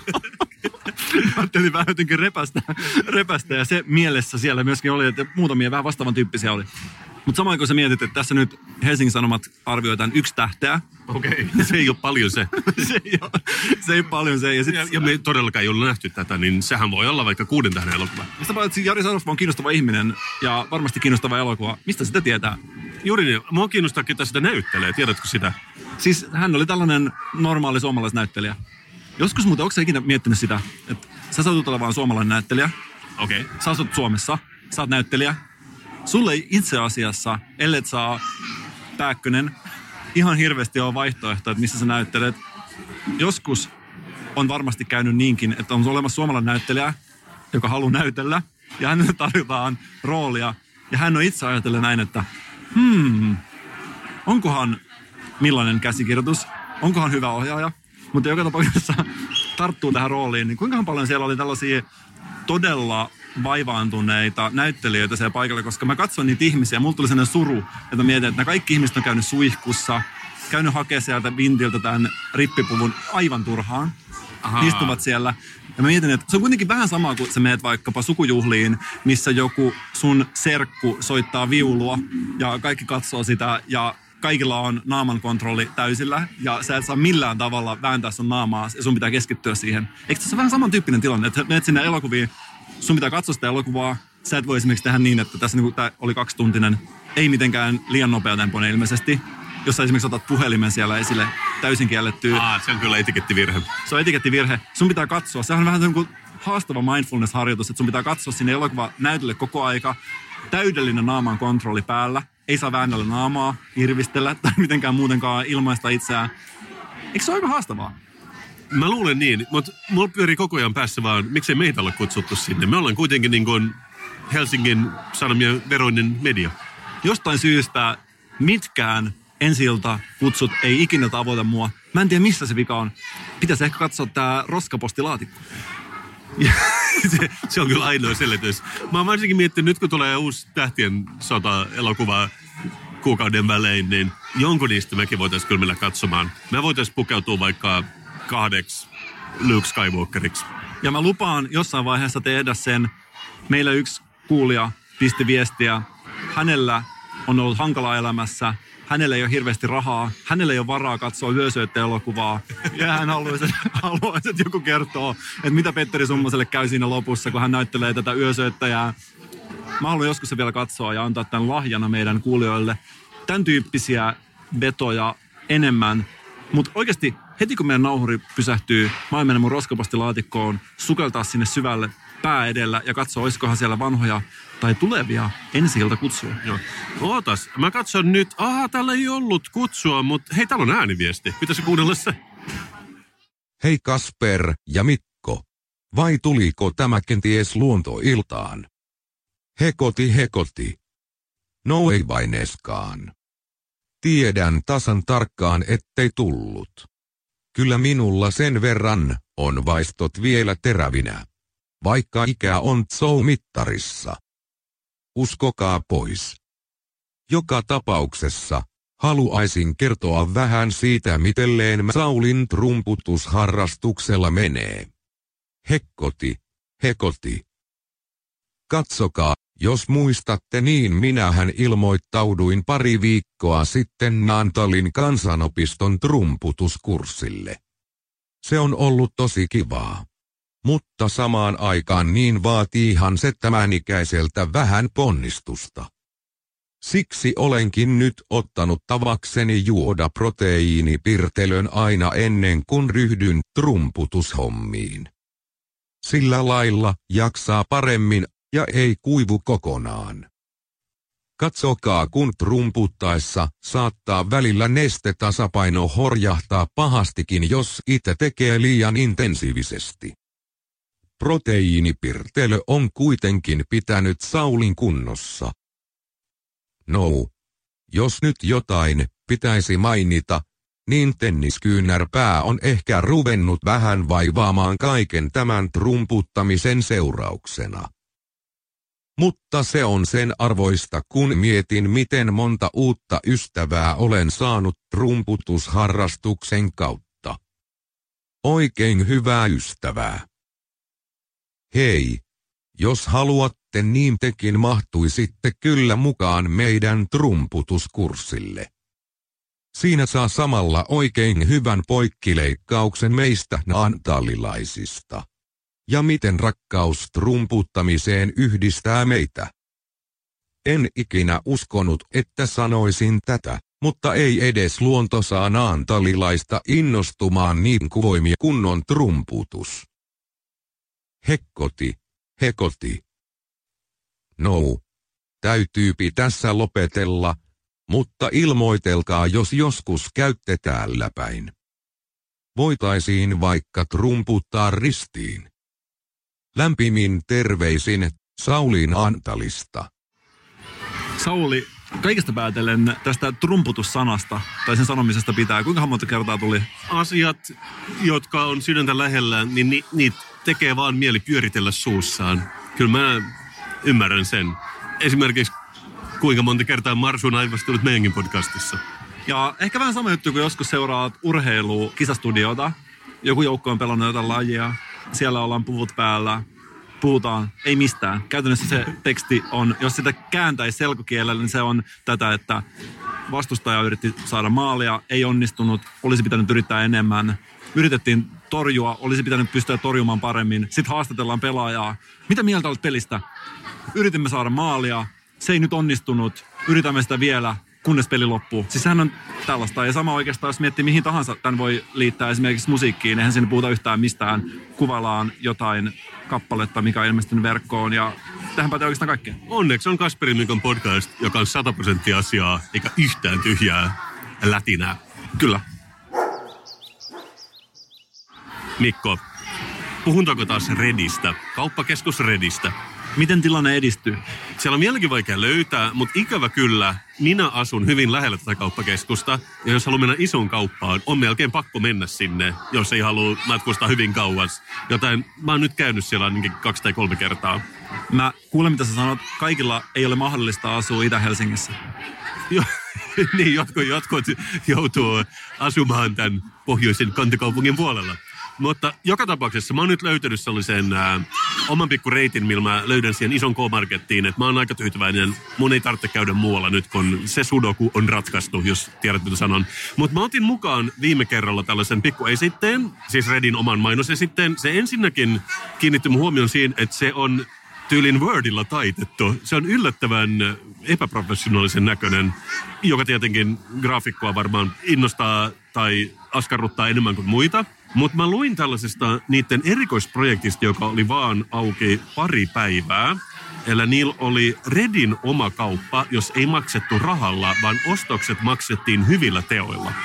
B: Mä ajattelin vähän jotenkin repästä, repästä ja se mielessä siellä myöskin oli, että muutamia vähän vastaavan tyyppisiä oli. Mutta samoin kun sä mietit, että tässä nyt Helsingin Sanomat arvioi tämän yksi tähteä.
A: Okei, okay. Se ei ole paljon se.
B: se, ei ole, se ei ole paljon se. Ja, sit,
A: ja, ja me todellakaan ei ole nähty tätä, niin sehän voi olla vaikka kuuden tähden elokuva.
B: Mistä paljon, että Jari Sarasvuo on kiinnostava ihminen ja varmasti kiinnostava elokuva. Mistä sitä tietää?
A: Juuri niin. Mua kiinnostaa, ketä sitä näyttelee. Tiedätkö sitä?
B: Siis hän oli tällainen normaali suomalaisnäyttelijä. Joskus muuten, onko sä ikinä miettinyt sitä, että sä saatut olla vaan suomalainen näyttelijä.
A: Okei. Okay.
B: Sä asut Suomessa, sä oot näyttelijä. Sulle ei itse asiassa, ellet saa Pääkkönen, ihan hirveästi ole vaihtoehto, että missä sä näyttelet. Joskus on varmasti käynyt niinkin, että on olemassa suomalainen näyttelijä, joka haluaa näytellä, ja hänelle tarjotaan roolia. Ja hän on itse ajatellut näin, että hmm, onkohan millainen käsikirjoitus, onkohan hyvä ohjaaja, mutta joka tapauksessa tarttuu tähän rooliin, niin kuinka paljon siellä oli tällaisia todella vaivaantuneita näyttelijöitä siellä paikalla, koska mä katson niitä ihmisiä ja mulla tuli sellainen suru, että mietin, että kaikki ihmiset on käynyt suihkussa, käynyt hakemaan sieltä vintiltä tämän rippipuvun aivan turhaan. Aha. Istuvat siellä. Ja mä mietin, että se on kuitenkin vähän sama kuin sä meet vaikkapa sukujuhliin, missä joku sun serkku soittaa viulua ja kaikki katsoo sitä ja kaikilla on naaman kontrolli täysillä ja sä et saa millään tavalla vääntää sun naamaa ja sun pitää keskittyä siihen. Eikö tässä ole vähän samantyyppinen tilanne, että menet sinne elokuviin, sun pitää katsoa sitä elokuvaa, sä et voi esimerkiksi tehdä niin, että tässä niin tämä oli kaksituntinen ei mitenkään liian nopeatempoinen ilmeisesti. Jos sä esimerkiksi otat puhelimen siellä esille, täysin kiellettyä.
A: Ah, se on kyllä etikettivirhe.
B: Se on etikettivirhe. Sun pitää katsoa. Sehän on vähän niin kuin haastava mindfulness-harjoitus, että sun pitää katsoa sinne elokuva näytölle koko aika. Täydellinen naaman kontrolli päällä. Ei saa väännellä naamaa, irvistellä tai mitenkään muutenkaan ilmaista itseään. Eikö se ole aika haastavaa?
A: Mä luulen niin, mutta mulla pyörii koko ajan päässä vaan, miksei meitä ole kutsuttu sinne. Me ollaan kuitenkin niin kuin Helsingin Sanomien veroinen media.
B: Jostain syystä mitkään ensi-ilta kutsut ei ikinä tavoita mua. Mä en tiedä, missä se vika on. Pitäisi ehkä katsoa tää roskapostilaatikko.
A: se, se on kyllä ainoa selitys. Mä oon varsinkin miettinyt, nyt kun tulee uusi Tähtien sota-elokuva kuukauden välein, niin jonkun niistä mekin voitaisiin kyllä mennä katsomaan. Me voitaisiin pukeutua vaikka kahdeksi Luke Skywalkeriksi.
B: Ja mä lupaan jossain vaiheessa tehdä sen. Meillä yksi kuulija pisti viestiä. Hänellä on ollut hankala elämässä. Hänellä ei ole hirveästi rahaa. Hänellä ei ole varaa katsoa yösyöttöelokuvaa. Ja hän haluaisi, haluaisi, että joku kertoo, että mitä Petteri Summaselle käy siinä lopussa, kun hän näyttelee tätä yösyöttäjää. Mä haluan joskus se vielä katsoa ja antaa tämän lahjana meidän kuulijoille. Tämän tyyppisiä vetoja enemmän. Mutta oikeasti heti kun meidän nauhuri pysähtyy, mä oon mennä mun roskapostilaatikkoon, sukeltaa sinne syvälle pää edellä ja katsoa, olisikohan siellä vanhoja tai tulevia ensi-ilta kutsua.
A: Joo. Ootas, mä katson nyt, aha, täällä ei ollut kutsua, mutta hei, täällä on ääniviesti. Pitäisi kuunnella se.
F: Hei Kasper ja Mikko. Vai tuliko tämä kenties luontoiltaan? Hekoti hekoti. No ei vaineskaan. Tiedän tasan tarkkaan, ettei tullut. Kyllä minulla sen verran on vaistot vielä terävinä. Vaikka ikä on Zhou-mittarissa. Uskokaa pois. Joka tapauksessa haluaisin kertoa vähän siitä, mitelleen Saulin trumputusharrastuksella menee. Hekkoti, hekoti. Katsokaa, jos muistatte, niin minähän ilmoittauduin pari viikkoa sitten Naantalin kansanopiston trumputuskurssille. Se on ollut tosi kivaa. Mutta samaan aikaan niin vaatiihan se tämänikäiseltä vähän ponnistusta. Siksi olenkin nyt ottanut tavakseni juoda proteiinipirtelön aina ennen kuin ryhdyn trumputushommiin. Sillä lailla jaksaa paremmin ja ei kuivu kokonaan. Katsokaa, kun trumputtaessa saattaa välillä nestetasapaino horjahtaa pahastikin, jos itse tekee liian intensiivisesti. Proteiinipirtelö on kuitenkin pitänyt Saulin kunnossa. No, jos nyt jotain pitäisi mainita, niin tenniskyynärpää on ehkä ruvennut vähän vaivaamaan kaiken tämän trumputtamisen seurauksena. Mutta se on sen arvoista, kun mietin, miten monta uutta ystävää olen saanut trumputusharrastuksen kautta. Oikein hyvää ystävää. Hei, jos haluatte, niin tekin mahtuisitte kyllä mukaan meidän trumputuskurssille. Siinä saa samalla oikein hyvän poikkileikkauksen meistä naantalilaisista. Ja miten rakkaus trumputtamiseen yhdistää meitä. En ikinä uskonut, että sanoisin tätä, mutta ei edes luonto saa naantalilaista innostumaan niin kuin voimia kunnon trumputus. Hekkoti, hekoti. No, täytyypi tässä lopetella, mutta ilmoitelkaa, jos joskus käytte täällä päin. Voitaisiin vaikka trumputtaa ristiin. Lämpimin terveisin Sauli Naantalista.
B: Sauli, kaikesta päätellen tästä trumputussanasta tai sen sanomisesta pitää, kuinka monta kertaa tuli?
A: Asiat, jotka on sydäntä lähellä, niin ni, niitä tekee vaan mieli pyöritellä suussaan. Kyllä mä ymmärrän sen. Esimerkiksi kuinka monta kertaa Marsu on aivastunut meidänkin podcastissa.
B: Ja ehkä vähän sama juttu, kun joskus seuraat urheilu-kisastudiota. Joku joukko on pelannut jotain lajia. Siellä ollaan puvut päällä. Puhutaan, ei mistään. Käytännössä se teksti on, jos sitä kääntäisi selkokielellä, niin se on tätä, että vastustaja yritti saada maalia, ei onnistunut, olisi pitänyt yrittää enemmän. Yritettiin torjua, olisi pitänyt pystyä torjumaan paremmin. Sitten haastatellaan pelaajaa. Mitä mieltä olet pelistä? Yritimme saada maalia, se ei nyt onnistunut. yritämme sitä vielä, kunnes peli loppuu. Siis sehän on tällaista. Ja sama oikeastaan, jos miettii mihin tahansa, tämän voi liittää esimerkiksi musiikkiin. Eihän siinä puhuta yhtään mistään. Kuvaillaan jotain kappaletta, mikä on ilmestynyt verkkoon. Ja tähän pätee oikeastaan kaikkea.
A: Onneksi on Kasperin Mikon podcast, joka on sata prosenttia asiaa, eikä yhtään tyhjää lätinää.
B: Kyllä.
A: Mikko, puhuntaanko taas Redistä? Kauppakeskus Redistä.
B: Miten tilanne edistyy?
A: Siellä on vieläkin vaikea löytää, mutta ikävä kyllä, minä asun hyvin lähellä tätä kauppakeskusta. Ja jos haluaa mennä ison kauppaan, on melkein pakko mennä sinne, jos ei halua matkustaa hyvin kauas. Joten mä oon nyt käynyt siellä ainakin kaksi tai kolme kertaa.
B: Mä kuulen, mitä sä sanot. Kaikilla ei ole mahdollista asua Itä-Helsingissä.
A: Joo, niin jotkut, jotkut joutuu asumaan tämän pohjoisen kantakaupungin puolella. Mutta joka tapauksessa mä oon nyt löytänyt sellaisen ää, oman pikku reitin, millä mä löydän siihen ison K-markettiin, että mä oon aika tyytyväinen. Mun ei tarvitse käydä muualla nyt, kun se sudoku on ratkaistu, jos tiedät mitä sanon. Mutta mä otin mukaan viime kerralla tällaisen pikkuesitteen, siis Redin oman mainosesitteen. Se ensinnäkin kiinnitti mun huomioon siinä, että se on tyylin Wordilla taitettu. Se on yllättävän epäprofessionaalisen näköinen, joka tietenkin graafikkoa varmaan innostaa tai askarruttaa enemmän kuin muita. Mutta mä luin tällaisesta niiden erikoisprojektista, joka oli vaan auki pari päivää. Eli niillä oli Redin oma kauppa, jos ei maksettu rahalla, vaan ostokset maksettiin hyvillä teoilla.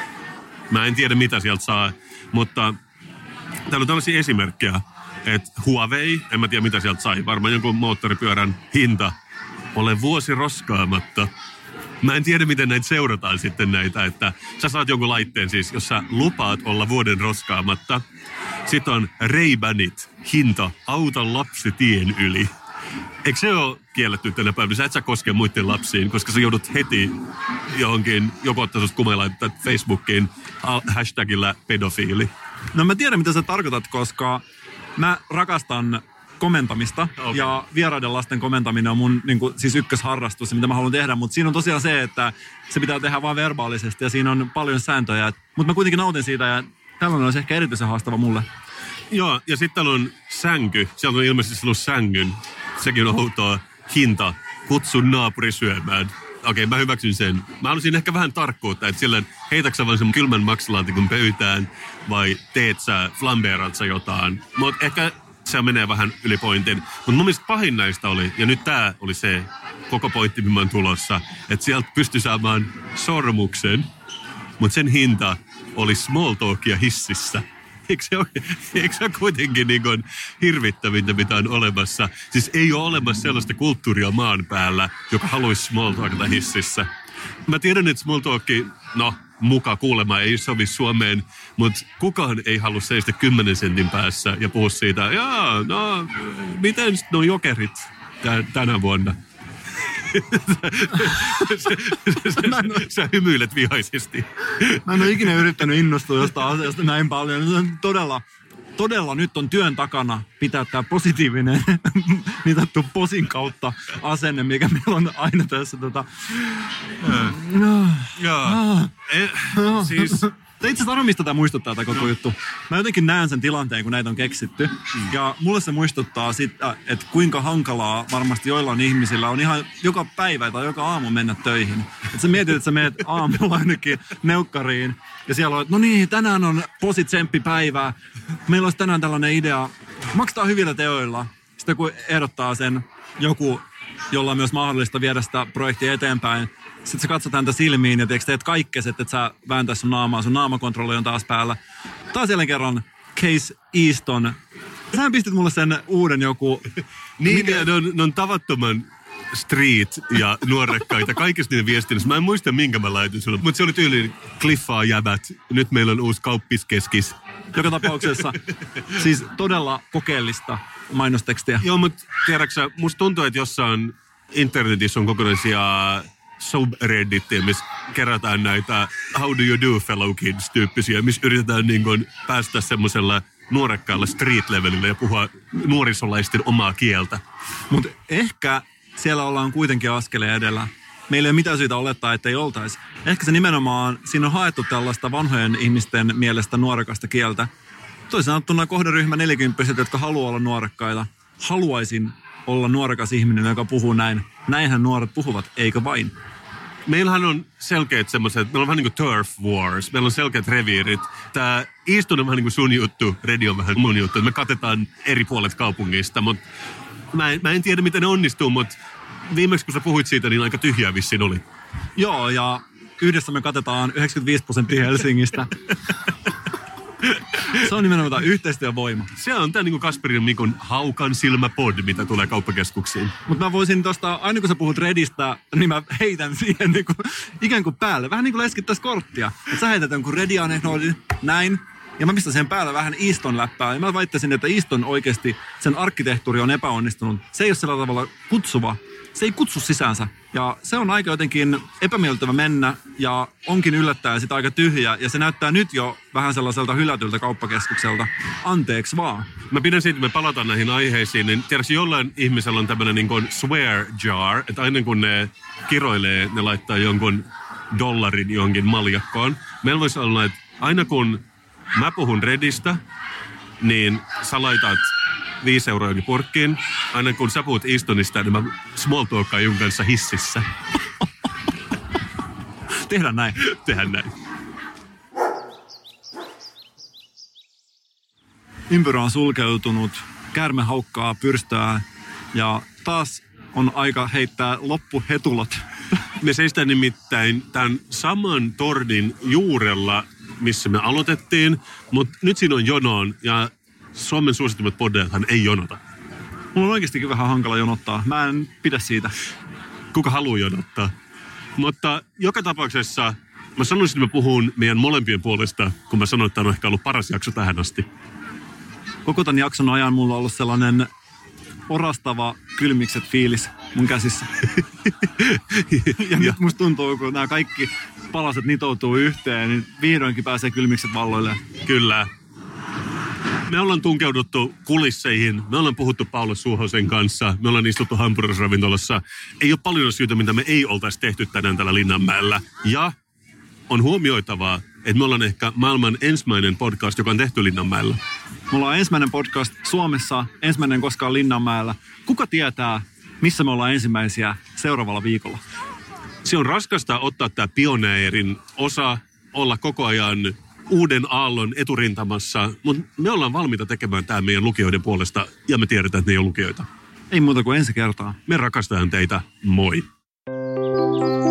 A: Mä en tiedä mitä sieltä saa, mutta täällä on tällaisia esimerkkejä. Että Huawei, en mä tiedä mitä sieltä sai, varmaan jonkun moottoripyörän hinta, ole vuosi roskaamatta. Mä en tiedä, miten näitä seurataan sitten näitä, että sä saat jonkun laitteen siis, jos sä lupaat olla vuoden roskaamatta. Sitten on Ray-Banit, hinta, auta lapsi tien yli. Eikö se ole kielletty tänä päivänä? Sä et sä koske muiden lapsiin, koska sä joudut heti johonkin, joku ottaa susta kumeilla Facebookiin hashtagillä pedofiili.
B: No mä tiedän, mitä sä tarkoitat, koska mä rakastan komentamista. Okay. Ja vieraiden lasten komentaminen on mun niin kuin, siis ykkösharrastus, mitä mä haluan tehdä. Mutta siinä on tosiaan se, että se pitää tehdä vain verbaalisesti ja siinä on paljon sääntöjä. Mutta mä kuitenkin nautin siitä ja tällainen olisi ehkä erityisen haastava mulle.
A: Joo, ja sitten täällä on sänky. Sieltä on ilmeisesti ollut sängyn. Sekin on outoa. Hinta. Kutsu naapuri syömään. Okei, mä hyväksyn sen. Mä haluaisin ehkä vähän tarkkuutta, että sillä heitätkö sä vaan sen kylmän maksalaatikon pöytään vai teet sä, flambeerat sä jotain. Mutta ehkä se menee vähän yli pointin. Mutta mun mielestä pahin näistä oli, ja nyt tää oli se koko pointti, mihin mä oon tulossa, että sieltä pystyi saamaan sormuksen, mutta sen hinta oli small talkia hississä. Eikö se ole, eikö se ole kuitenkin niin kuin hirvittävintä, mitä on olemassa? Siis ei ole olemassa sellaista kulttuuria maan päällä, joka haluaisi small talkata hississä. Mä tiedän, että small talki, no muka kuulemma ei sovi Suomeen, mutta kukaan ei halua seistä kymmenen sentin päässä ja puhua siitä, jaa, no, miten nuo jokerit tän, tänä vuonna? sä, sä, sä hymyilet vihaisesti.
B: Mä en ole ikinä yrittänyt innostua jostain asiasta näin paljon. Se on todella, todella nyt on työn takana pitää tämä positiivinen mitattu posin kautta asenne, mikä meillä on aina tässä. Tota...
A: Joo. Eh, siis...
B: Itse asiassa arvo, mistä tämä muistuttaa tämä koko no. juttu. Mä jotenkin näen sen tilanteen, kun näitä on keksitty. Mm. Ja mulle se muistuttaa sitä, että kuinka hankalaa varmasti joillain ihmisillä on ihan joka päivä tai joka aamu mennä töihin. Että sä mietit, että sä meet aamulla ainakin neukkariin. Ja siellä on, että no niin, tänään on positsemppipäivää. Meillä olisi tänään tällainen idea. Maksetaan hyvillä teoilla. Sitten kun ehdottaa sen joku, jolla on myös mahdollista viedä sitä projektia eteenpäin, sitten sä katsot häntä silmiin ja teet kaikkes, että et sä vääntäis sun naamaa. Sun naamakontrolli on taas päällä. Taas jälleen kerran Case Easton. Sähän pistit mulle sen uuden joku...
A: niin, mikä... ne, on, ne on tavattoman street ja nuorekkaita kaikista niiden viestinnässä. Mä en muista, minkä mä laitin sulle, mutta se oli tyyliin kliffaa jävät. Nyt meillä on uusi kauppiskeskis.
B: Joka tapauksessa siis todella kokeellista mainostekstiä.
A: Joo, mutta tiedätkö musta tuntuu, että jossain internetissä on kokonaisia subreddittiä, missä kerätään näitä how do you do fellow kids -tyyppisiä, missä yritetään niin kuin päästä semmoisella nuorekkaalla street-levelillä ja puhua nuorisolaisten omaa kieltä.
B: Mutta ehkä siellä ollaan kuitenkin askeleen edellä. Meillä ei ole mitään syytä olettaa, että ei oltaisi. Ehkä se nimenomaan, siinä on haettu tällaista vanhojen ihmisten mielestä nuorekasta kieltä. Toisin sanottuna kohderyhmä nelikymppiset, jotka haluaa olla nuorekkaita. Haluaisin olla nuorekas ihminen, joka puhuu näin. Näinhän nuoret puhuvat, eikö vain?
A: Meillähän on selkeät semmoiset, meillä on vähän niin kuin turf wars, meillä on selkeät reviirit. Tämä Easton on vähän niin kuin sun juttu, Radio on vähän mun juttu, että me katetaan eri puolet kaupungista, mutta mä en, mä en tiedä miten ne onnistuu, mutta viimeksi kun sä puhuit siitä, niin aika tyhjää vissiin oli.
B: Joo, ja yhdessä me katetaan yhdeksänkymmentäviisi prosenttia Helsingistä. Se on nimenomaan tämä yhteistyövoima.
A: Se on tämä niin kuin Kasperin Mikon haukan silmäpod, mitä tulee kauppakeskuksiin.
B: Mutta mä voisin tosta, aina kun sä puhut Redistä, niin mä heitän siihen niin kuin, ikään kuin päälle. Vähän niin kuin leskittäisi korttia. Et sä heität jonkun Redianeknoodin, näin. Ja mä pistän sen päälle vähän Easton läppää. Ja mä väittäisin, että Easton oikeasti, sen arkkitehtuuri on epäonnistunut. Se ei ole sillä tavalla kutsuva. Se ei kutsu sisäänsä. Ja se on aika jotenkin epämiellyttävä mennä ja onkin yllättäen sitä aika tyhjä. Ja se näyttää nyt jo vähän sellaiselta hylätyltä kauppakeskukselta. Anteeksi vaan.
A: Mä pidän siitä, että me palataan näihin aiheisiin, niin tiedätkö, jollain ihmisellä on tämmöinen niin kuin swear jar, että aina kun ne kiroilee, ne laittaa jonkun dollarin johonkin maljakkoon. Meillä voisi olla, että aina kun mä puhun Redistä, niin sä laitat viisi euroa johonkin purkkiin. Aina kun sä puhut Eastonista, niin mä small talkaan jun kanssa hississä.
B: Tehdään näin.
A: Tehdään näin.
B: Ympyrä on sulkeutunut, käärme haukkaa pyrstöä ja taas on aika heittää loppuhetulat.
A: Me seistään nimittäin tämän saman tornin juurella, missä me aloitettiin, mutta nyt siinä on jonoon ja Suomen suosittumat poddeathan ei jonota.
B: Mulla on oikeastikin vähän hankala jonottaa. Mä en pidä siitä.
A: Kuka haluaa jonottaa? Mutta joka tapauksessa mä sanoisin, että mä puhun meidän molempien puolesta, kun mä sanoin, että tämä on ehkä ollut paras jakso tähän asti.
B: Koko tämän jakson ajan mulla on ollut sellainen orastava kylmikset fiilis mun käsissä. ja nyt musta tuntuu, kun nämä kaikki palaset nitoutuu yhteen, niin vihdoinkin pääsee kylmikset valloilleen.
A: Kyllä. Me ollaan tunkeuduttu kulisseihin, me ollaan puhuttu Paula Suhosen kanssa, me ollaan istuttu hampurilaisravintolassa. Ei ole paljon syytä, mitä me ei oltaisi tehty tänään täällä Linnanmäellä. Ja on huomioitavaa, että me ollaan ehkä maailman ensimmäinen podcast, joka on tehty Linnanmäellä.
B: Me ollaan ensimmäinen podcast Suomessa, ensimmäinen koskaan Linnanmäellä. Kuka tietää, missä me ollaan ensimmäisiä seuraavalla viikolla?
A: Se on raskasta ottaa tämä pioneerin osa, olla koko ajan uuden aallon eturintamassa, mutta me ollaan valmiita tekemään tämä meidän lukijoiden puolesta ja me tiedetään, että ne ei ole lukijoita.
B: Ei muuta kuin ensi kertaa.
A: Me rakastetaan teitä. Moi!